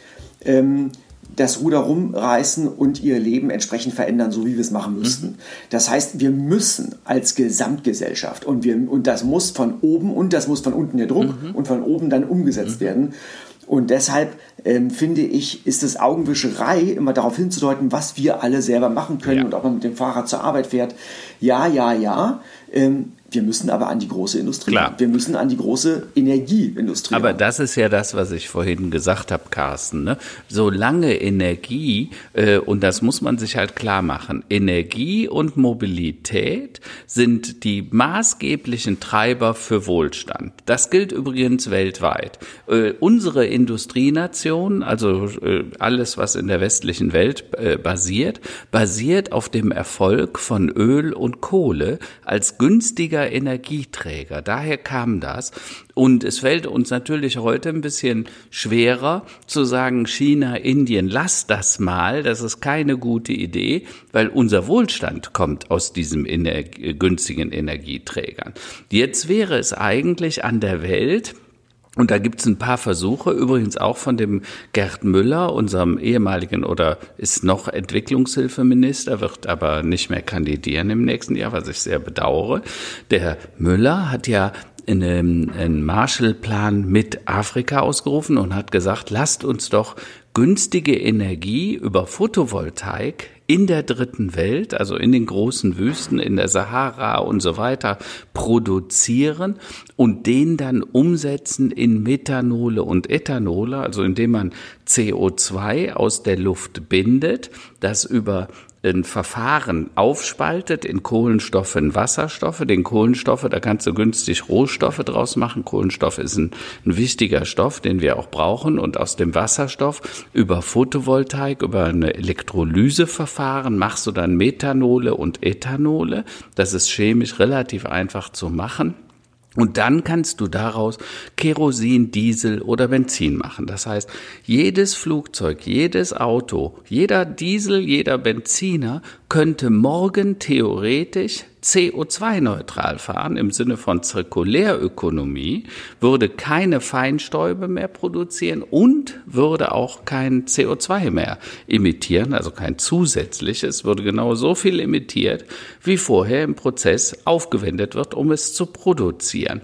das Ruder rumreißen und ihr Leben entsprechend verändern, so wie wir es machen müssten. Das heißt, wir müssen als Gesamtgesellschaft und das muss von oben und das muss von unten der Druck und von oben dann umgesetzt werden. Und deshalb finde ich, ist es Augenwischerei, immer darauf hinzudeuten, was wir alle selber machen können und ob man mit dem Fahrrad zur Arbeit fährt. Ja. Wir müssen aber an die große Industrie. Klar. Wir müssen an die große Energieindustrie. Aber das ist ja das, was ich vorhin gesagt habe, Carsten. Ne? Solange Energie, und das muss man sich halt klar machen, Energie und Mobilität sind die maßgeblichen Treiber für Wohlstand. Das gilt übrigens weltweit. Unsere Industrienation, also alles, was in der westlichen Welt basiert auf dem Erfolg von Öl und Kohle als günstiger Energieträger. Daher kam das. Und es fällt uns natürlich heute ein bisschen schwerer zu sagen, China, Indien, lass das mal. Das ist keine gute Idee, weil unser Wohlstand kommt aus diesen günstigen Energieträgern. Jetzt wäre es eigentlich an der Welt, und da gibt's ein paar Versuche, übrigens auch von dem Gerd Müller, unserem ehemaligen oder ist noch Entwicklungshilfeminister, wird aber nicht mehr kandidieren im nächsten Jahr, was ich sehr bedauere. Der Müller hat ja einen Marshallplan mit Afrika ausgerufen und hat gesagt, lasst uns doch günstige Energie über Photovoltaik in der dritten Welt, also in den großen Wüsten, in der Sahara und so weiter, produzieren und den dann umsetzen in Methanole und Ethanole, also indem man CO2 aus der Luft bindet, das über ein Verfahren aufspaltet in Kohlenstoffe und Wasserstoffe. Den Kohlenstoffe, da kannst du günstig Rohstoffe draus machen. Kohlenstoff ist ein wichtiger Stoff, den wir auch brauchen. Und aus dem Wasserstoff über Photovoltaik, über ein Elektrolyseverfahren machst du dann Methanole und Ethanole. Das ist chemisch relativ einfach zu machen. Und dann kannst du daraus Kerosin, Diesel oder Benzin machen. Das heißt, jedes Flugzeug, jedes Auto, jeder Diesel, jeder Benziner könnte morgen theoretisch CO2-neutral fahren, im Sinne von Zirkulärökonomie, würde keine Feinstäube mehr produzieren und würde auch kein CO2 mehr emittieren, also kein zusätzliches, würde genau so viel emittiert, wie vorher im Prozess aufgewendet wird, um es zu produzieren.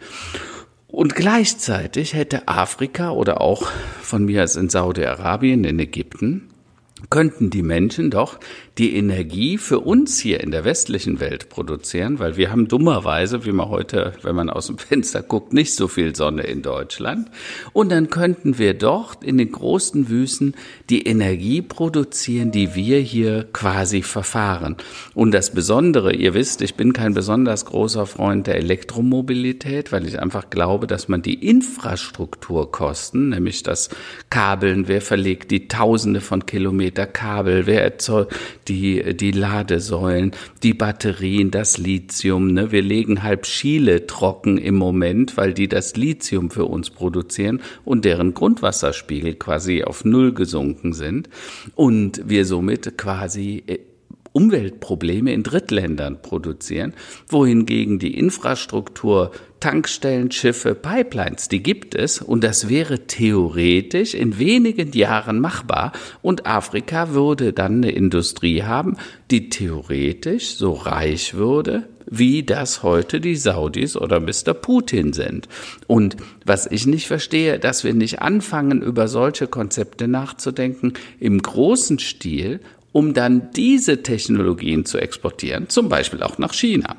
Und gleichzeitig hätte Afrika oder auch von mir aus in Saudi-Arabien, in Ägypten, könnten die Menschen doch die Energie für uns hier in der westlichen Welt produzieren, weil wir haben dummerweise, wie man heute, wenn man aus dem Fenster guckt, nicht so viel Sonne in Deutschland. Und dann könnten wir dort in den großen Wüsten die Energie produzieren, die wir hier quasi verfahren. Und das Besondere, ihr wisst, ich bin kein besonders großer Freund der Elektromobilität, weil ich einfach glaube, dass man die Infrastrukturkosten, nämlich das Kabeln, wer verlegt die Tausende von Kilometer Kabel, wer erzeugt die Ladesäulen, die Batterien, das Lithium. Ne? Wir legen halb Chile trocken im Moment, weil die das Lithium für uns produzieren und deren Grundwasserspiegel quasi auf Null gesunken sind und wir somit quasi Umweltprobleme in Drittländern produzieren, wohingegen die Infrastruktur, Tankstellen, Schiffe, Pipelines, die gibt es und das wäre theoretisch in wenigen Jahren machbar und Afrika würde dann eine Industrie haben, die theoretisch so reich würde, wie das heute die Saudis oder Mr. Putin sind. Und was ich nicht verstehe, dass wir nicht anfangen, über solche Konzepte nachzudenken im großen Stil, um dann diese Technologien zu exportieren, zum Beispiel auch nach China.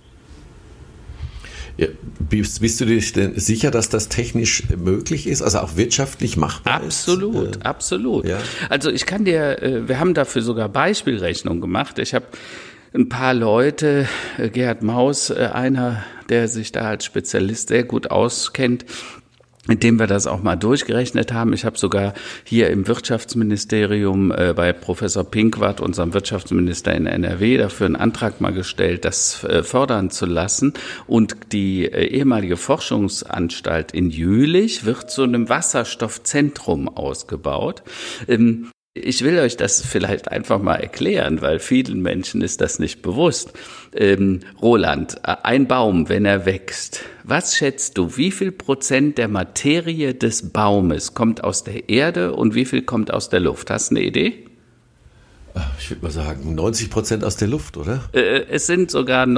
Ja, bist du dir denn sicher, dass das technisch möglich ist, also auch wirtschaftlich machbar ist? Absolut. Ja. Also ich kann dir, wir haben dafür sogar Beispielrechnungen gemacht. Ich habe ein paar Leute, Gerhard Maus, einer, der sich da als Spezialist sehr gut auskennt, mit dem wir das auch mal durchgerechnet haben. Ich habe sogar hier im Wirtschaftsministerium bei Professor Pinkwart, unserem Wirtschaftsminister in NRW, dafür einen Antrag mal gestellt, das fördern zu lassen. Und die ehemalige Forschungsanstalt in Jülich wird zu einem Wasserstoffzentrum ausgebaut. Ich will euch das vielleicht einfach mal erklären, weil vielen Menschen ist das nicht bewusst. Roland, ein Baum, wenn er wächst, was schätzt du, wie viel Prozent der Materie des Baumes kommt aus der Erde und wie viel kommt aus der Luft? Hast du eine Idee? Ich würde mal sagen 90% aus der Luft, oder? Es sind sogar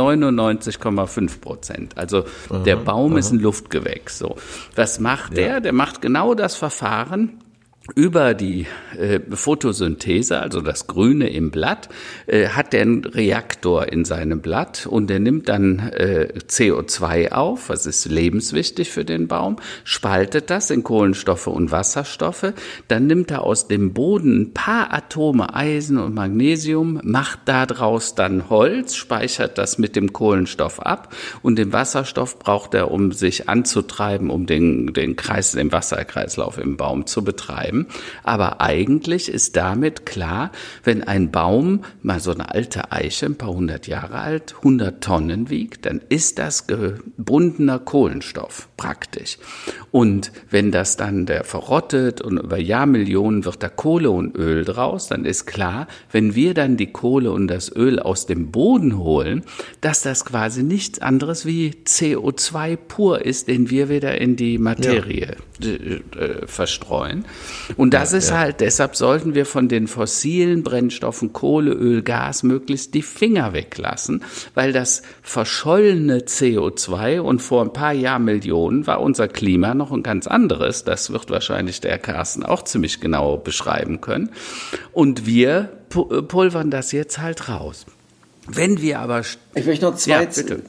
99,5%. Also der Baum ist ein Luftgewächs. So. Was macht der? Der macht genau das Verfahren. Über die Photosynthese, also das Grüne im Blatt, hat der einen Reaktor in seinem Blatt und der nimmt dann CO2 auf, was ist lebenswichtig für den Baum, spaltet das in Kohlenstoffe und Wasserstoffe, dann nimmt er aus dem Boden ein paar Atome Eisen und Magnesium, macht daraus dann Holz, speichert das mit dem Kohlenstoff ab und den Wasserstoff braucht er, um sich anzutreiben, um den Wasserkreislauf im Baum zu betreiben. Aber eigentlich ist damit klar, wenn ein Baum, mal so eine alte Eiche, ein paar hundert Jahre alt, 100 Tonnen wiegt, dann ist das gebundener Kohlenstoff praktisch. Und wenn das dann der verrottet und über Jahrmillionen wird da Kohle und Öl draus, dann ist klar, wenn wir dann die Kohle und das Öl aus dem Boden holen, dass das quasi nichts anderes wie CO2 pur ist, den wir wieder in die Materie verstreuen. Und das ist halt, deshalb sollten wir von den fossilen Brennstoffen Kohle, Öl, Gas möglichst die Finger weglassen, weil das verschollene CO2 und vor ein paar Jahrmillionen war unser Klima noch ein ganz anderes. Das wird wahrscheinlich der Carsten auch ziemlich genau beschreiben können. Und wir pulvern das jetzt halt raus. Wenn wir aber... Ich möchte noch zwei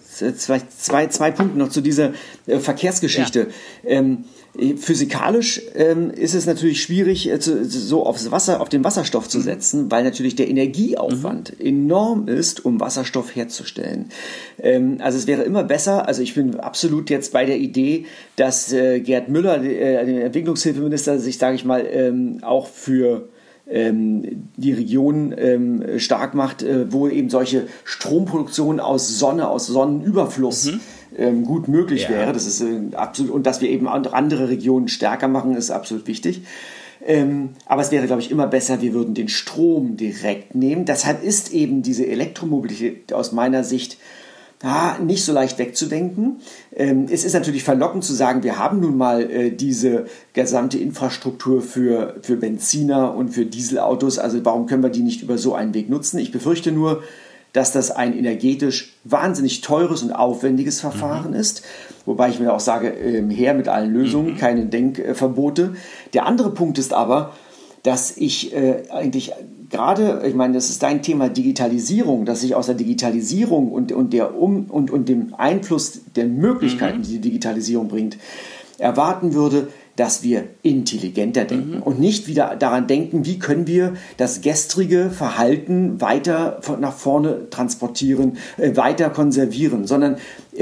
Punkte noch zu dieser Verkehrsgeschichte. Ja. Physikalisch ist es natürlich schwierig, so auf den Wasserstoff zu setzen, weil natürlich der Energieaufwand enorm ist, um Wasserstoff herzustellen. Also es wäre immer besser, also ich bin absolut jetzt bei der Idee, dass Gerd Müller, der Entwicklungshilfeminister, sich, sage ich mal, auch für die Region stark macht, wo eben solche Stromproduktion aus Sonne, aus Sonnenüberfluss gut möglich wäre. Das ist absolut, und dass wir eben andere Regionen stärker machen, ist absolut wichtig. Aber es wäre, glaube ich, immer besser, wir würden den Strom direkt nehmen. Deshalb ist eben diese Elektromobilität aus meiner Sicht nicht so leicht wegzudenken. Es ist natürlich verlockend zu sagen, wir haben nun mal diese gesamte Infrastruktur für Benziner und für Dieselautos, also warum können wir die nicht über so einen Weg nutzen? Ich befürchte nur, dass das ein energetisch wahnsinnig teures und aufwendiges Verfahren ist, wobei ich mir auch sage, her mit allen Lösungen, keine Denkverbote. Der andere Punkt ist aber, dass ich eigentlich gerade, ich meine, das ist dein Thema Digitalisierung, dass ich aus der Digitalisierung und dem Einfluss der Möglichkeiten, die die Digitalisierung bringt, erwarten würde, dass wir intelligenter denken und nicht wieder daran denken, wie können wir das gestrige Verhalten weiter nach vorne transportieren, weiter konservieren, sondern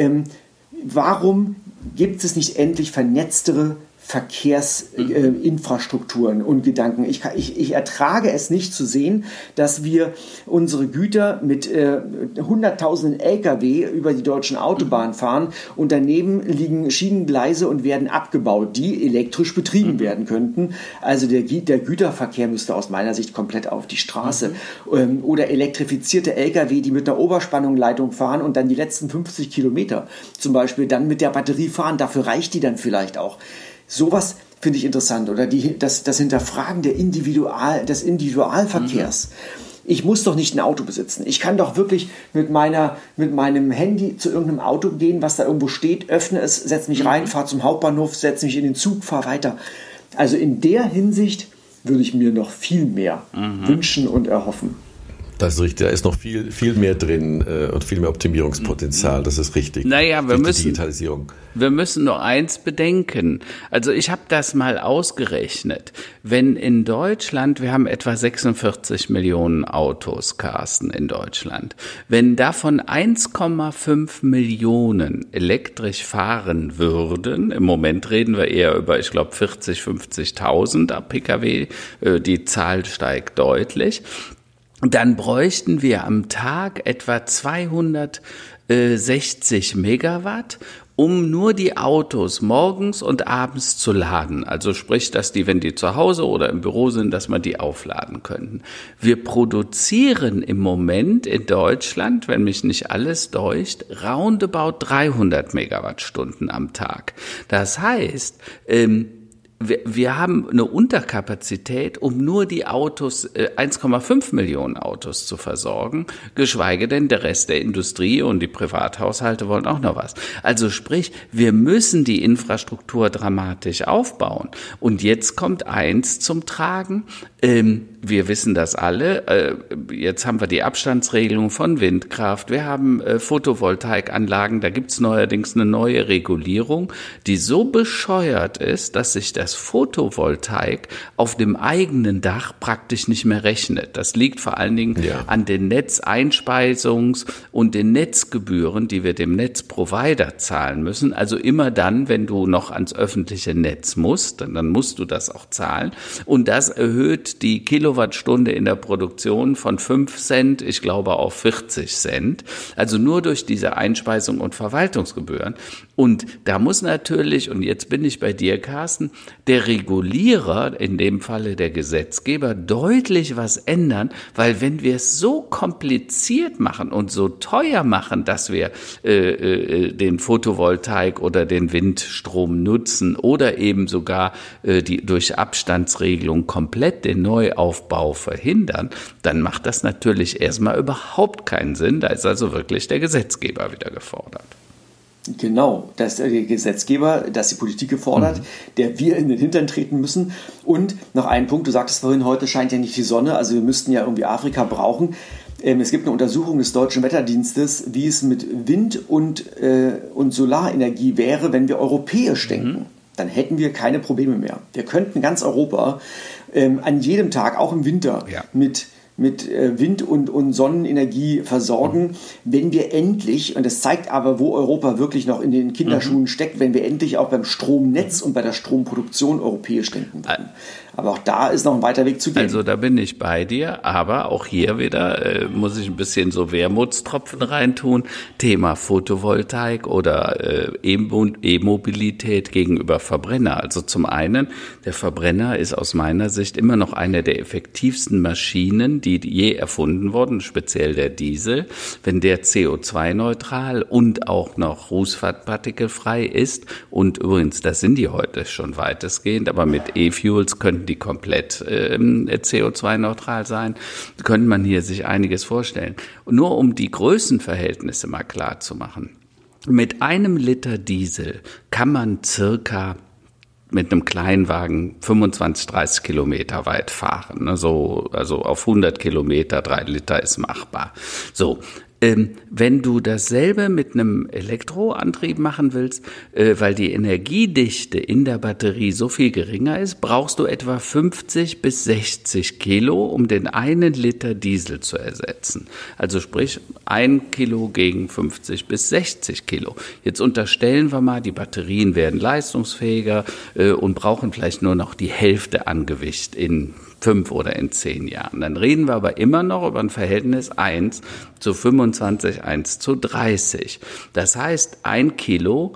warum gibt es nicht endlich vernetztere Verkehrsinfrastrukturen und Gedanken. Ich ertrage es nicht zu sehen, dass wir unsere Güter mit hunderttausenden Lkw über die deutschen Autobahnen fahren und daneben liegen Schienengleise und werden abgebaut, die elektrisch betrieben werden könnten. Also der Güterverkehr müsste aus meiner Sicht komplett auf die Straße. Oder elektrifizierte Lkw, die mit einer Oberspannungleitung fahren und dann die letzten 50 Kilometer zum Beispiel dann mit der Batterie fahren. Dafür reicht die dann vielleicht auch. Sowas finde ich interessant. Oder das Hinterfragen des Individualverkehrs. Ich muss doch nicht ein Auto besitzen. Ich kann doch wirklich mit meinem Handy zu irgendeinem Auto gehen, was da irgendwo steht, öffne es, setze mich rein, fahre zum Hauptbahnhof, setze mich in den Zug, fahre weiter. Also in der Hinsicht würde ich mir noch viel mehr wünschen und erhoffen. Das ist richtig, da ist noch viel mehr drin und viel mehr Optimierungspotenzial, das ist richtig. Naja, wir müssen noch eins bedenken. Also ich habe das mal ausgerechnet. Wenn in Deutschland, wir haben etwa 46 Millionen Autos, Carsten, in Deutschland. Wenn davon 1,5 Millionen elektrisch fahren würden, im Moment reden wir eher über, ich glaube, 40.000, 50.000 Pkw, die Zahl steigt deutlich. Dann bräuchten wir am Tag etwa 260 Megawatt, um nur die Autos morgens und abends zu laden. Also sprich, dass die, wenn die zu Hause oder im Büro sind, dass man die aufladen könnten. Wir produzieren im Moment in Deutschland, wenn mich nicht alles täuscht, roundabout 300 Megawattstunden am Tag. Das heißt, wir haben eine Unterkapazität, um nur die Autos, 1,5 Millionen Autos zu versorgen, geschweige denn der Rest der Industrie und die Privathaushalte wollen auch noch was. Also sprich, wir müssen die Infrastruktur dramatisch aufbauen. Und jetzt kommt eins zum Tragen. Wir wissen das alle. Jetzt haben wir die Abstandsregelung von Windkraft. Wir haben Photovoltaikanlagen. Da gibt's neuerdings eine neue Regulierung, die so bescheuert ist, dass sich das Photovoltaik auf dem eigenen Dach praktisch nicht mehr rechnet. Das liegt vor allen Dingen an den Netzeinspeisungs- und den Netzgebühren, die wir dem Netzprovider zahlen müssen. Also immer dann, wenn du noch ans öffentliche Netz musst, dann musst du das auch zahlen. Und das erhöht die Kilowattstunde in der Produktion von 5 Cent, ich glaube auf 40 Cent. Also nur durch diese Einspeisung und Verwaltungsgebühren. Und da muss natürlich, und jetzt bin ich bei dir, Carsten, der Regulierer, in dem Falle der Gesetzgeber, deutlich was ändern, weil wenn wir es so kompliziert machen und so teuer machen, dass wir den Photovoltaik oder den Windstrom nutzen oder eben sogar durch Abstandsregelung komplett den Neuaufbau verhindern, dann macht das natürlich erstmal überhaupt keinen Sinn. Da ist also wirklich der Gesetzgeber wieder gefordert. Genau, da ist der Gesetzgeber, da ist die Politik gefordert, der wir in den Hintern treten müssen. Und noch ein Punkt, du sagtest vorhin, heute scheint ja nicht die Sonne, also wir müssten ja irgendwie Afrika brauchen. Es gibt eine Untersuchung des Deutschen Wetterdienstes, wie es mit Wind- und Solarenergie wäre, wenn wir europäisch denken. Dann hätten wir keine Probleme mehr. Wir könnten ganz Europa an jedem Tag, auch im Winter, mit Wind- und Sonnenenergie versorgen, wenn wir endlich, und das zeigt aber, wo Europa wirklich noch in den Kinderschuhen steckt, wenn wir endlich auch beim Stromnetz und bei der Stromproduktion europäisch denken würden. Aber auch da ist noch ein weiter Weg zu gehen. Also da bin ich bei dir, aber auch hier wieder muss ich ein bisschen so Wermutstropfen reintun. Thema Photovoltaik oder E-Mobilität gegenüber Verbrenner. Also zum einen, der Verbrenner ist aus meiner Sicht immer noch eine der effektivsten Maschinen, die je erfunden wurden, speziell der Diesel. Wenn der CO2-neutral und auch noch rußpartikelfrei ist, und übrigens, das sind die heute schon weitestgehend, aber mit E-Fuels könnten die komplett CO2-neutral sein, könnte man hier sich einiges vorstellen. Und nur um die Größenverhältnisse mal klar zu machen. Mit einem Liter Diesel kann man circa mit einem Kleinwagen 25, 30 Kilometer weit fahren. Also auf 100 Kilometer 3 Liter ist machbar. So. Wenn du dasselbe mit einem Elektroantrieb machen willst, weil die Energiedichte in der Batterie so viel geringer ist, brauchst du etwa 50 bis 60 Kilo, um den 1 Liter Diesel zu ersetzen. Also sprich 1 Kilo gegen 50 bis 60 Kilo. Jetzt unterstellen wir mal, die Batterien werden leistungsfähiger und brauchen vielleicht nur noch die Hälfte an Gewicht in 5 oder in 10 Jahren. Dann reden wir aber immer noch über ein Verhältnis 1 zu 25, 1 zu 30. Das heißt, 1 Kilo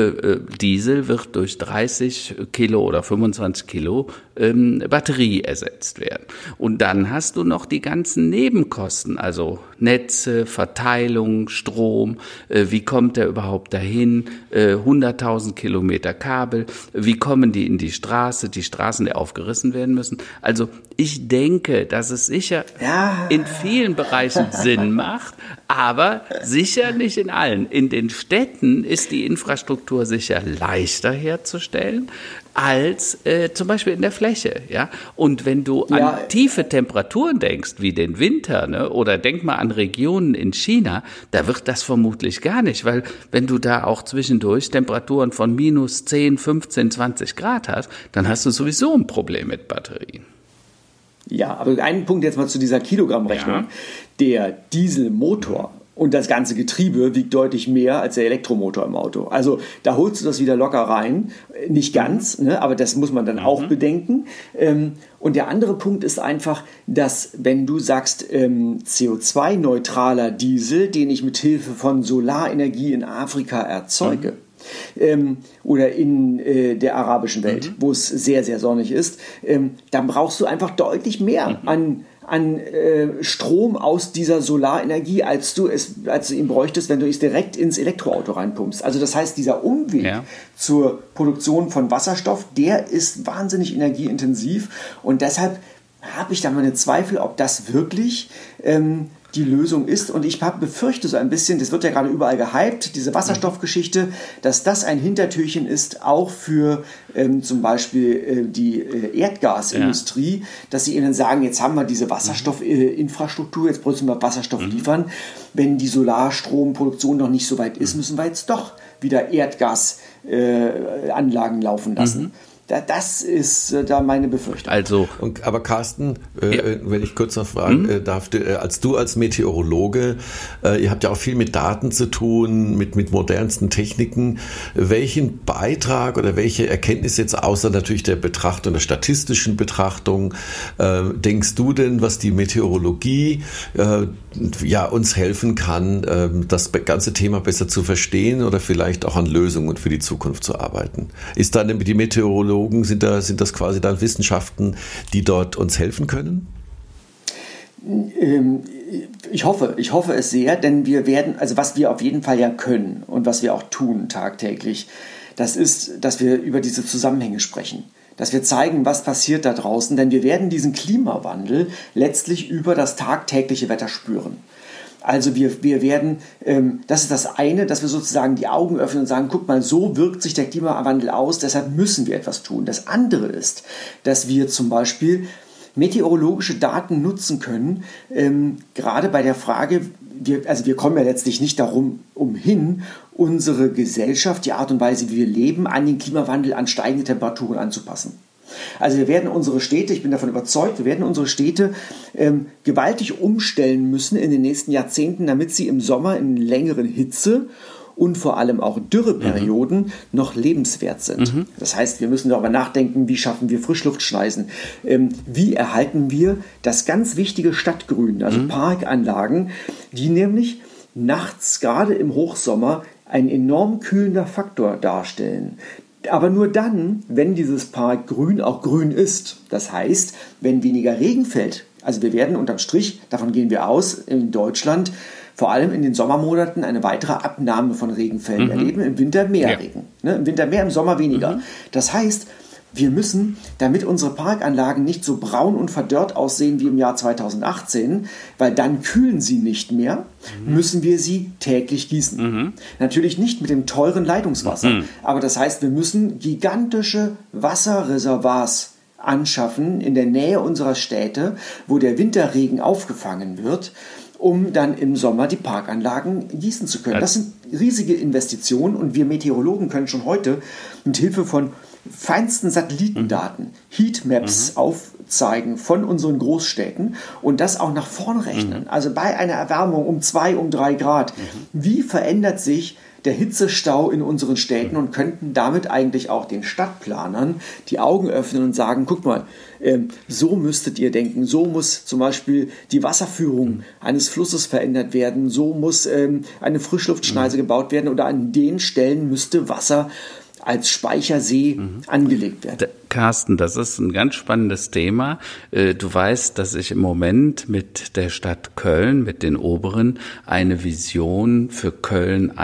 Diesel wird durch 30 Kilo oder 25 Kilo Batterie ersetzt werden. Und dann hast du noch die ganzen Nebenkosten, also Netze, Verteilung, Strom, wie kommt der überhaupt dahin, 100.000 Kilometer Kabel, wie kommen die in die Straße, die Straßen, die aufgerissen werden müssen. Also ich denke, dass es sicher in vielen Bereichen Sinn macht, aber sicher nicht in allen. In den Städten ist die Infrastruktur sicher leichter herzustellen als zum Beispiel in der Fläche. Ja? Und wenn du an tiefe Temperaturen denkst, wie den Winter, ne, oder denk mal an Regionen in China, da wird das vermutlich gar nicht, weil wenn du da auch zwischendurch Temperaturen von minus 10, 15, 20 Grad hast, dann hast du sowieso ein Problem mit Batterien. Ja, aber einen Punkt jetzt mal zu dieser Kilogrammrechnung. Ja. Der Dieselmotor und das ganze Getriebe wiegt deutlich mehr als der Elektromotor im Auto. Also da holst du das wieder locker rein. Nicht ganz, ne, aber das muss man dann auch bedenken. Und der andere Punkt ist einfach, dass wenn du sagst, CO2-neutraler Diesel, den ich mit Hilfe von Solarenergie in Afrika erzeuge, oder in der arabischen Welt, wo es sehr, sehr sonnig ist, dann brauchst du einfach deutlich mehr an Strom aus dieser Solarenergie, als du ihn bräuchtest, wenn du es direkt ins Elektroauto reinpumpst. Also das heißt, dieser Umweg zur Produktion von Wasserstoff, der ist wahnsinnig energieintensiv und deshalb habe ich da meine Zweifel, ob das wirklich die Lösung ist. Und ich befürchte so ein bisschen, das wird ja gerade überall gehypt, diese Wasserstoffgeschichte, dass das ein Hintertürchen ist, auch für zum Beispiel die Erdgasindustrie, dass sie ihnen sagen, jetzt haben wir diese Wasserstoffinfrastruktur, jetzt müssen wir Wasserstoff liefern. Wenn die Solarstromproduktion noch nicht so weit ist, müssen wir jetzt doch wieder Erdgasanlagen laufen lassen. Das ist da meine Befürchtung. Also, aber Carsten, wenn ich kurz noch fragen darf, du als Meteorologe, ihr habt ja auch viel mit Daten zu tun, mit modernsten Techniken. Welchen Beitrag oder welche Erkenntnis jetzt außer natürlich der Betrachtung, der statistischen Betrachtung, denkst du denn, was die Meteorologie uns helfen kann, das ganze Thema besser zu verstehen oder vielleicht auch an Lösungen für die Zukunft zu arbeiten? Ist dann die Meteorologen, sind das quasi dann Wissenschaften, die dort uns helfen können? Ich hoffe es sehr, denn was wir auf jeden Fall ja können und was wir auch tun tagtäglich, das ist, dass wir über diese Zusammenhänge sprechen. Dass wir zeigen, was passiert da draußen, denn wir werden diesen Klimawandel letztlich über das tagtägliche Wetter spüren. Also wir werden, das ist das eine, dass wir sozusagen die Augen öffnen und sagen, guck mal, so wirkt sich der Klimawandel aus, deshalb müssen wir etwas tun. Das andere ist, dass wir zum Beispiel meteorologische Daten nutzen können, gerade bei der Frage, wir kommen ja letztlich nicht darum umhin, unsere Gesellschaft, die Art und Weise, wie wir leben, an den Klimawandel, an steigende Temperaturen anzupassen. Also wir werden unsere Städte, ich bin davon überzeugt, gewaltig umstellen müssen in den nächsten Jahrzehnten, damit sie im Sommer in längeren Hitze und vor allem auch Dürreperioden noch lebenswert sind. Das heißt, wir müssen darüber nachdenken, wie schaffen wir Frischluftschneisen, wie erhalten wir das ganz wichige Stadtgrün, also Parkanlagen, die nämlich nachts, gerade im Hochsommer, ein enorm kühlender Faktor darstellen. Aber nur dann, wenn dieses Parkgrün auch grün ist. Das heißt, wenn weniger Regen fällt. Also wir werden unterm Strich, davon gehen wir aus, in Deutschland vor allem in den Sommermonaten eine weitere Abnahme von Regenfällen erleben. Im Winter mehr Regen. Ne? Im Winter mehr, im Sommer weniger. Das heißt, wir müssen, damit unsere Parkanlagen nicht so braun und verdörrt aussehen wie im Jahr 2018, weil dann kühlen sie nicht mehr, müssen wir sie täglich gießen. Natürlich nicht mit dem teuren Leitungswasser, aber das heißt, wir müssen gigantische Wasserreservoirs anschaffen in der Nähe unserer Städte, wo der Winterregen aufgefangen wird, um dann im Sommer die Parkanlagen gießen zu können. Das sind riesige Investitionen und wir Meteorologen können schon heute mit Hilfe von feinsten Satellitendaten, Heatmaps aufzeigen von unseren Großstädten und das auch nach vorn rechnen. Also bei einer Erwärmung um 2, um 3 Grad. Wie verändert sich der Hitzestau in unseren Städten und könnten damit eigentlich auch den Stadtplanern die Augen öffnen und sagen, guck mal, so müsstet ihr denken, so muss zum Beispiel die Wasserführung eines Flusses verändert werden, so muss eine Frischluftschneise gebaut werden oder an den Stellen müsste Wasser als Speichersee angelegt werden. Carsten, das ist ein ganz spannendes Thema. Du weißt, dass ich im Moment mit der Stadt Köln, mit den Oberen, eine Vision für Köln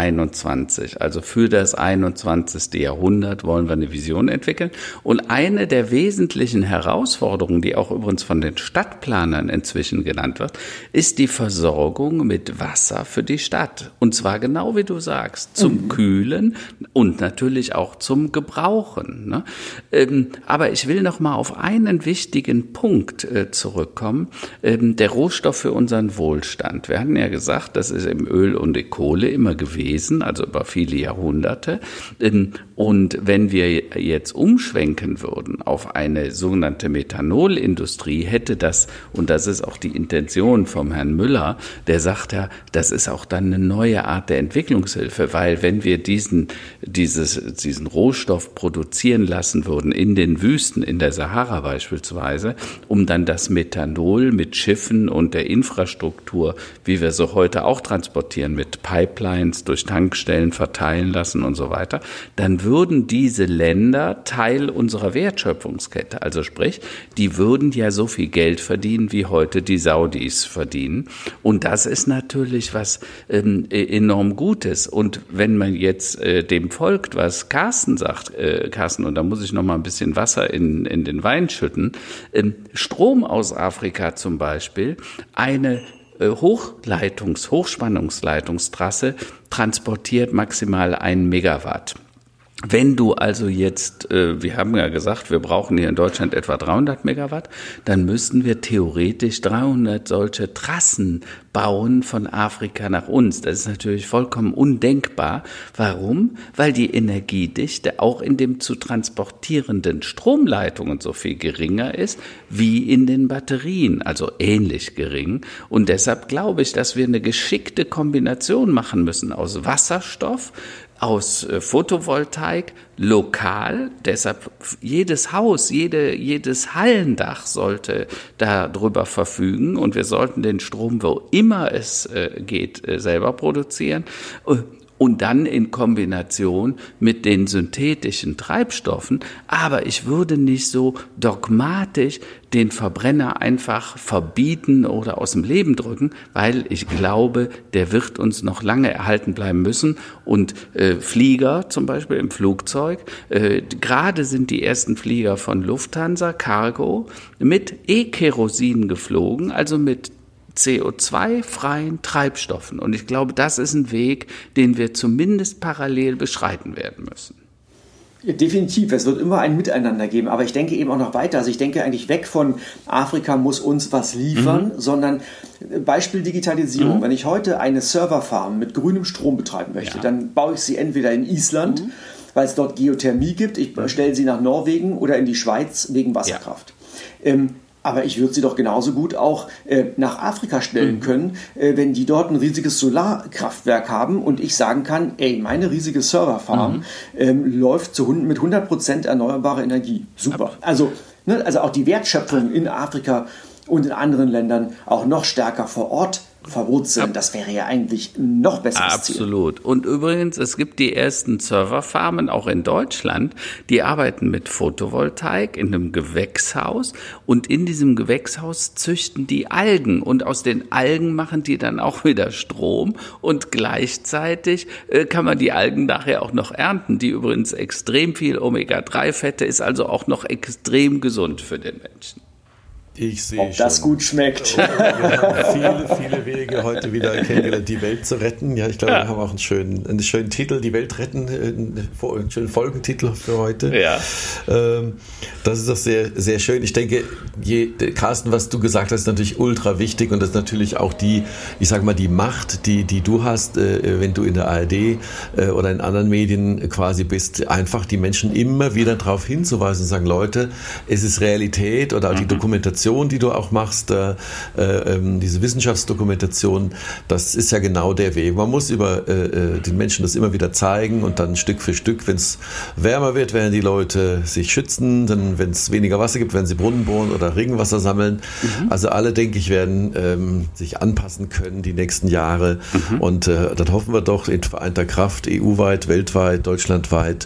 21, also für das 21. Jahrhundert wollen wir eine Vision entwickeln. Und eine der wesentlichen Herausforderungen, die auch übrigens von den Stadtplanern inzwischen genannt wird, ist die Versorgung mit Wasser für die Stadt. Und zwar genau wie du sagst, zum Kühlen und natürlich auch zum Gebrauchen. Ne? Aber ich will noch mal auf einen wichtigen Punkt zurückkommen, der Rohstoff für unseren Wohlstand. Wir hatten ja gesagt, das ist im Öl und die Kohle immer gewesen, also über viele Jahrhunderte. Und wenn wir jetzt umschwenken würden auf eine sogenannte Methanolindustrie, hätte das, und das ist auch die Intention vom Herrn Müller, der sagt ja, das ist auch dann eine neue Art der Entwicklungshilfe, weil wenn wir diesen Rohstoff produzieren lassen würden in den Wüsten, in der Sahara beispielsweise, um dann das Methanol mit Schiffen und der Infrastruktur, wie wir so heute auch transportieren, mit Pipelines durch Tankstellen verteilen lassen und so weiter, dann würden diese Länder Teil unserer Wertschöpfungskette. Also sprich, die würden ja so viel Geld verdienen, wie heute die Saudis verdienen. Und das ist natürlich was enorm Gutes. Und wenn man jetzt dem folgt, was Carsten sagt, Carsten, und da muss ich noch mal ein bisschen Wasser in den Wein schütten, Strom aus Afrika zum Beispiel, eine Hochspannungsleitungstrasse transportiert maximal 1 Megawatt. Wenn du also jetzt, wir haben ja gesagt, wir brauchen hier in Deutschland etwa 300 Megawatt, dann müssten wir theoretisch 300 solche Trassen bauen von Afrika nach uns. Das ist natürlich vollkommen undenkbar. Warum? Weil die Energiedichte auch in dem zu transportierenden Stromleitungen so viel geringer ist wie in den Batterien, also ähnlich gering. Und deshalb glaube ich, dass wir eine geschickte Kombination machen müssen aus Wasserstoff, aus Photovoltaik, lokal, deshalb jedes Haus, jedes Hallendach sollte darüber verfügen und wir sollten den Strom, wo immer es geht, selber produzieren. Und dann in Kombination mit den synthetischen Treibstoffen. Aber ich würde nicht so dogmatisch den Verbrenner einfach verbieten oder aus dem Leben drücken, weil ich glaube, der wird uns noch lange erhalten bleiben müssen. Und Flieger, zum Beispiel im Flugzeug, gerade sind die ersten Flieger von Lufthansa, Cargo, mit E-Kerosin geflogen, also mit CO2-freien Treibstoffen. Und ich glaube, das ist ein Weg, den wir zumindest parallel beschreiten werden müssen. Ja, definitiv, es wird immer ein Miteinander geben, aber ich denke eben auch noch weiter. Also ich denke eigentlich weg von Afrika muss uns was liefern, sondern Beispiel Digitalisierung. Wenn ich heute eine Serverfarm mit grünem Strom betreiben möchte, dann baue ich sie entweder in Island, weil es dort Geothermie gibt, ich stelle sie nach Norwegen oder in die Schweiz wegen Wasserkraft. Aber ich würde sie doch genauso gut auch nach Afrika stellen können, wenn die dort ein riesiges Solarkraftwerk haben und ich sagen kann, meine riesige Serverfarm läuft mit 100% erneuerbare Energie. Super. Also auch die Wertschöpfung in Afrika und in anderen Ländern auch noch stärker vor Ort verwurzeln. Das wäre ja eigentlich noch besseres Ziel. Absolut. Und übrigens, es gibt die ersten Serverfarmen auch in Deutschland, die arbeiten mit Photovoltaik in einem Gewächshaus und in diesem Gewächshaus züchten die Algen und aus den Algen machen die dann auch wieder Strom und gleichzeitig kann man die Algen nachher auch noch ernten, die übrigens extrem viel Omega-3-Fette ist, also auch noch extrem gesund für den Menschen. Ich sehe Ob das gut schmeckt. Wir haben viele Wege heute wieder kennengelernt, die Welt zu retten. Ja, ich glaube, wir haben auch einen schönen Titel, die Welt retten, einen schönen Folgentitel für heute. Ja. Das ist doch sehr, sehr schön. Ich denke, Carsten, was du gesagt hast, ist natürlich ultra wichtig und das ist natürlich auch die Macht, die du hast, wenn du in der ARD oder in anderen Medien quasi bist, einfach die Menschen immer wieder darauf hinzuweisen und sagen, Leute, es ist Realität oder auch die Dokumentation, die du auch machst, diese Wissenschaftsdokumentation, das ist ja genau der Weg. Man muss den Menschen das immer wieder zeigen und dann Stück für Stück, wenn es wärmer wird, werden die Leute sich schützen, dann wenn es weniger Wasser gibt, werden sie Brunnen bohren oder Regenwasser sammeln. Also alle, denke ich, werden sich anpassen können die nächsten Jahre und dann hoffen wir doch in vereinter Kraft, EU-weit, weltweit, deutschlandweit,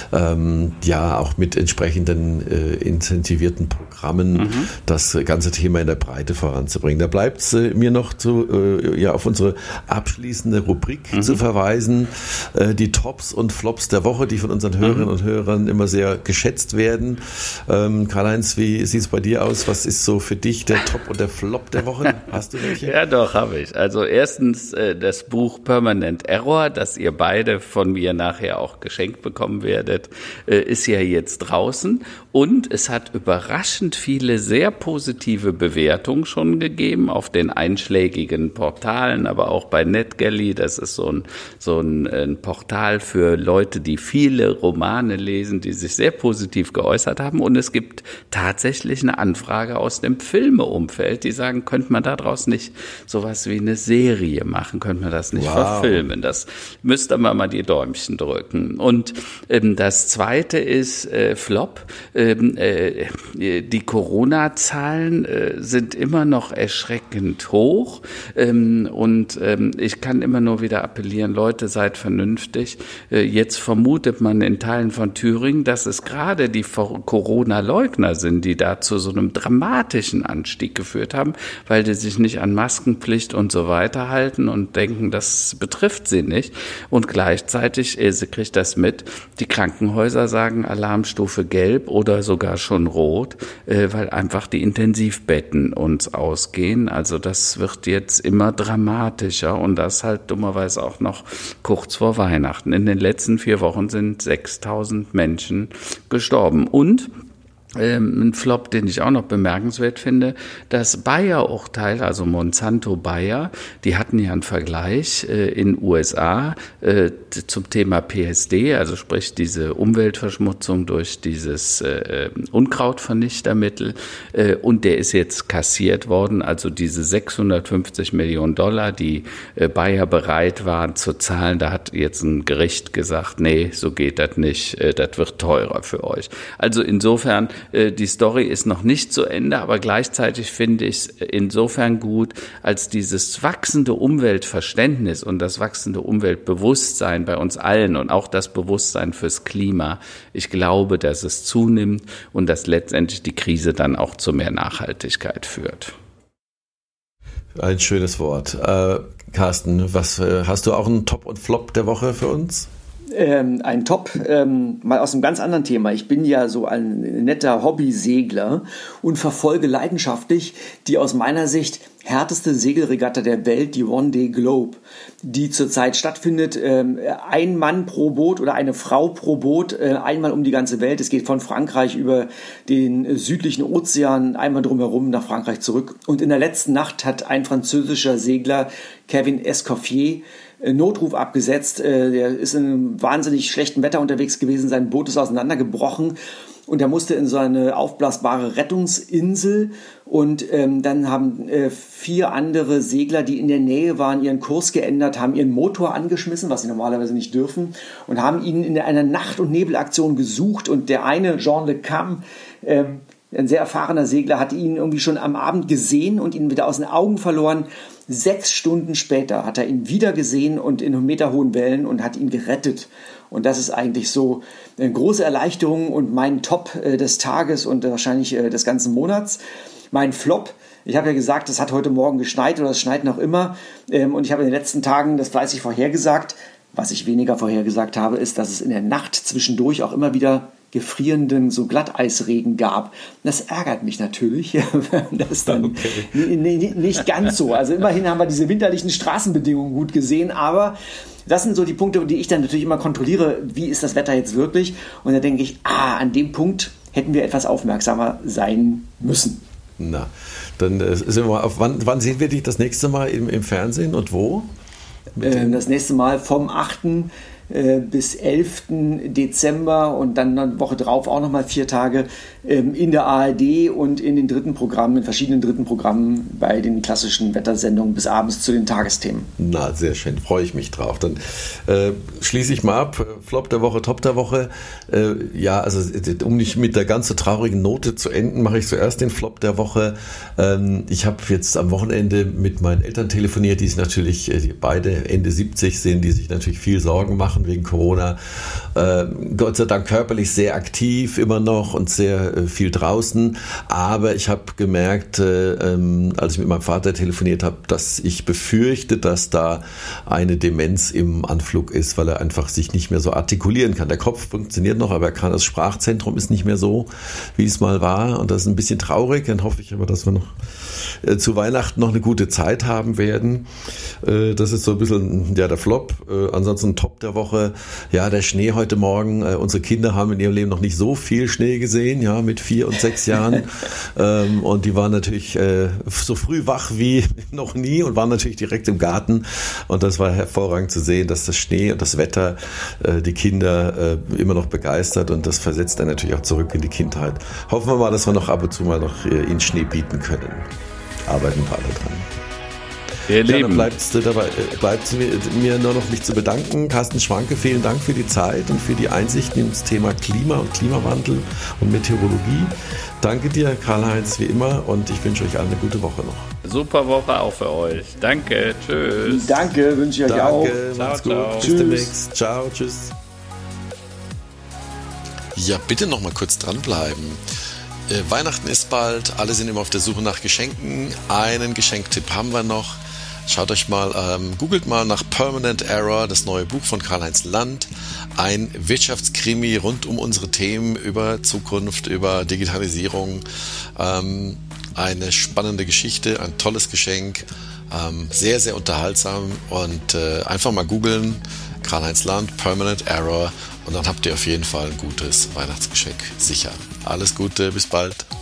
auch mit entsprechenden incentivierten Programmen, das ganze Thema in der Breite voranzubringen. Da bleibt es mir noch auf unsere abschließende Rubrik zu verweisen. Die Tops und Flops der Woche, die von unseren Hörerinnen und Hörern immer sehr geschätzt werden. Karl-Heinz, wie sieht es bei dir aus? Was ist so für dich der Top und der Flop der Woche? Hast du welche? Ja, doch, habe ich. Also erstens das Buch Permanent Error, das ihr beide von mir nachher auch geschenkt bekommen werdet, ist ja jetzt draußen und es hat überraschend viele sehr positive Bewertungen schon gegeben auf den einschlägigen Portalen, aber auch bei NetGalley. Das ist so ein Portal für Leute, die viele Romane lesen, die sich sehr positiv geäußert haben. Und es gibt tatsächlich eine Anfrage aus dem Filmeumfeld, die sagen, könnte man daraus nicht sowas wie eine Serie machen? Könnte man das nicht verfilmen? Das müsste man mal die Däumchen drücken. Und das Zweite ist Flop. Die Corona-Zahlen sind immer noch erschreckend hoch und ich kann immer nur wieder appellieren, Leute, seid vernünftig. Jetzt vermutet man in Teilen von Thüringen, dass es gerade die Corona-Leugner sind, die da zu so einem dramatischen Anstieg geführt haben, weil die sich nicht an Maskenpflicht und so weiter halten und denken, das betrifft sie nicht. Und gleichzeitig, sie kriegt das mit, die Krankenhäuser sagen Alarmstufe Gelb oder oder sogar schon rot, weil einfach die Intensivbetten uns ausgehen. Also das wird jetzt immer dramatischer und das halt dummerweise auch noch kurz vor Weihnachten. In den letzten 4 Wochen sind 6.000 Menschen gestorben. Und ein Flop, den ich auch noch bemerkenswert finde, das Bayer-Urteil, also Monsanto Bayer, die hatten ja einen Vergleich in USA zum Thema PSD, also sprich diese Umweltverschmutzung durch dieses Unkrautvernichtermittel, und der ist jetzt kassiert worden, also diese 650 Millionen $, die Bayer bereit waren zu zahlen, da hat jetzt ein Gericht gesagt, nee, so geht das nicht, das wird teurer für euch. Also insofern, die Story ist noch nicht zu Ende, aber gleichzeitig finde ich es insofern gut, als dieses wachsende Umweltverständnis und das wachsende Umweltbewusstsein bei uns allen und auch das Bewusstsein fürs Klima, ich glaube, dass es zunimmt und dass letztendlich die Krise dann auch zu mehr Nachhaltigkeit führt. Ein schönes Wort. Carsten, was hast du auch einen Top und Flop der Woche für uns? Ein Top, mal aus einem ganz anderen Thema. Ich bin ja so ein netter Hobbysegler und verfolge leidenschaftlich die aus meiner Sicht härteste Segelregatta der Welt, die One Day Globe, die zurzeit stattfindet. Ein Mann pro Boot oder eine Frau pro Boot, einmal um die ganze Welt. Es geht von Frankreich über den südlichen Ozean, einmal drumherum nach Frankreich zurück. Und in der letzten Nacht hat ein französischer Segler, Kevin Escoffier, Notruf abgesetzt. Der ist in einem wahnsinnig schlechten Wetter unterwegs gewesen. Sein Boot ist auseinandergebrochen und er musste in so eine aufblasbare Rettungsinsel. Und dann haben 4 andere Segler, die in der Nähe waren, ihren Kurs geändert, haben ihren Motor angeschmissen, was sie normalerweise nicht dürfen, und haben ihn in einer Nacht- und Nebelaktion gesucht. Und der eine, Jean Le Cam, ein sehr erfahrener Segler, hat ihn irgendwie schon am Abend gesehen und ihn wieder aus den Augen verloren. 6 Stunden später hat er ihn wieder gesehen und in meterhohen Wellen und hat ihn gerettet. Und das ist eigentlich so eine große Erleichterung und mein Top des Tages und wahrscheinlich des ganzen Monats. Mein Flop: Ich habe ja gesagt, es hat heute Morgen geschneit oder es schneit noch immer. Und ich habe in den letzten Tagen das fleißig vorhergesagt. Was ich weniger vorhergesagt habe, ist, dass es in der Nacht zwischendurch auch immer wieder gefrierenden so Glatteisregen gab. Das ärgert mich natürlich. Das ist dann nicht ganz so. Also immerhin haben wir diese winterlichen Straßenbedingungen gut gesehen, aber das sind so die Punkte, die ich dann natürlich immer kontrolliere. Wie ist das Wetter jetzt wirklich? Und da denke ich, an dem Punkt hätten wir etwas aufmerksamer sein müssen. Na, dann sind wir auf wann sehen wir dich das nächste Mal im Fernsehen und wo? Das nächste Mal vom 8. bis 11. Dezember und dann eine Woche drauf auch nochmal 4 Tage in der ARD und in den in verschiedenen dritten Programmen bei den klassischen Wettersendungen bis abends zu den Tagesthemen. Na, sehr schön, freue ich mich drauf. Dann schließe ich mal ab. Flop der Woche, Top der Woche. Also um nicht mit der ganz so traurigen Note zu enden, mache ich zuerst den Flop der Woche. Ich habe jetzt am Wochenende mit meinen Eltern telefoniert, die sich natürlich, die beide Ende 70 sind, die sich natürlich viel Sorgen machen wegen Corona. Gott sei Dank körperlich sehr aktiv immer noch und sehr viel draußen. Aber ich habe gemerkt, als ich mit meinem Vater telefoniert habe, dass ich befürchte, dass da eine Demenz im Anflug ist, weil er einfach sich nicht mehr so artikulieren kann. Der Kopf funktioniert noch, aber das Sprachzentrum ist nicht mehr so, wie es mal war. Und das ist ein bisschen traurig. Dann hoffe ich aber, dass wir noch zu Weihnachten noch eine gute Zeit haben werden. Das ist so ein bisschen der Flop. Ansonsten Top der Woche. Ja, der Schnee heute Morgen. Unsere Kinder haben in ihrem Leben noch nicht so viel Schnee gesehen, ja, mit 4 und 6 Jahren. Und die waren natürlich so früh wach wie noch nie und waren natürlich direkt im Garten. Und das war hervorragend zu sehen, dass das Schnee und das Wetter die Kinder immer noch begeistert, und das versetzt dann natürlich auch zurück in die Kindheit. Hoffen wir mal, dass wir noch ab und zu mal noch ihnen Schnee bieten können. Arbeiten wir alle dran. Dann bleibt mir nur noch mich zu bedanken. Carsten Schwanke, vielen Dank für die Zeit und für die Einsichten ins Thema Klima und Klimawandel und Meteorologie. Danke dir, Karl-Heinz, wie immer, und ich wünsche euch allen eine gute Woche noch. Super Woche auch für euch. Danke, tschüss. Danke, wünsche ich euch auch. Macht's gut. Bis demnächst. Ciao, tschüss. Ja, bitte noch mal kurz dranbleiben. Weihnachten ist bald, alle sind immer auf der Suche nach Geschenken. Einen Geschenktipp haben wir noch. Schaut euch mal, googelt mal nach Permanent Error, das neue Buch von Karl-Heinz Land. Ein Wirtschaftskrimi rund um unsere Themen über Zukunft, über Digitalisierung. Eine spannende Geschichte, ein tolles Geschenk, sehr, sehr unterhaltsam und einfach mal googeln, Karl-Heinz Land, Permanent Error, und dann habt ihr auf jeden Fall ein gutes Weihnachtsgeschenk sicher. Alles Gute, bis bald.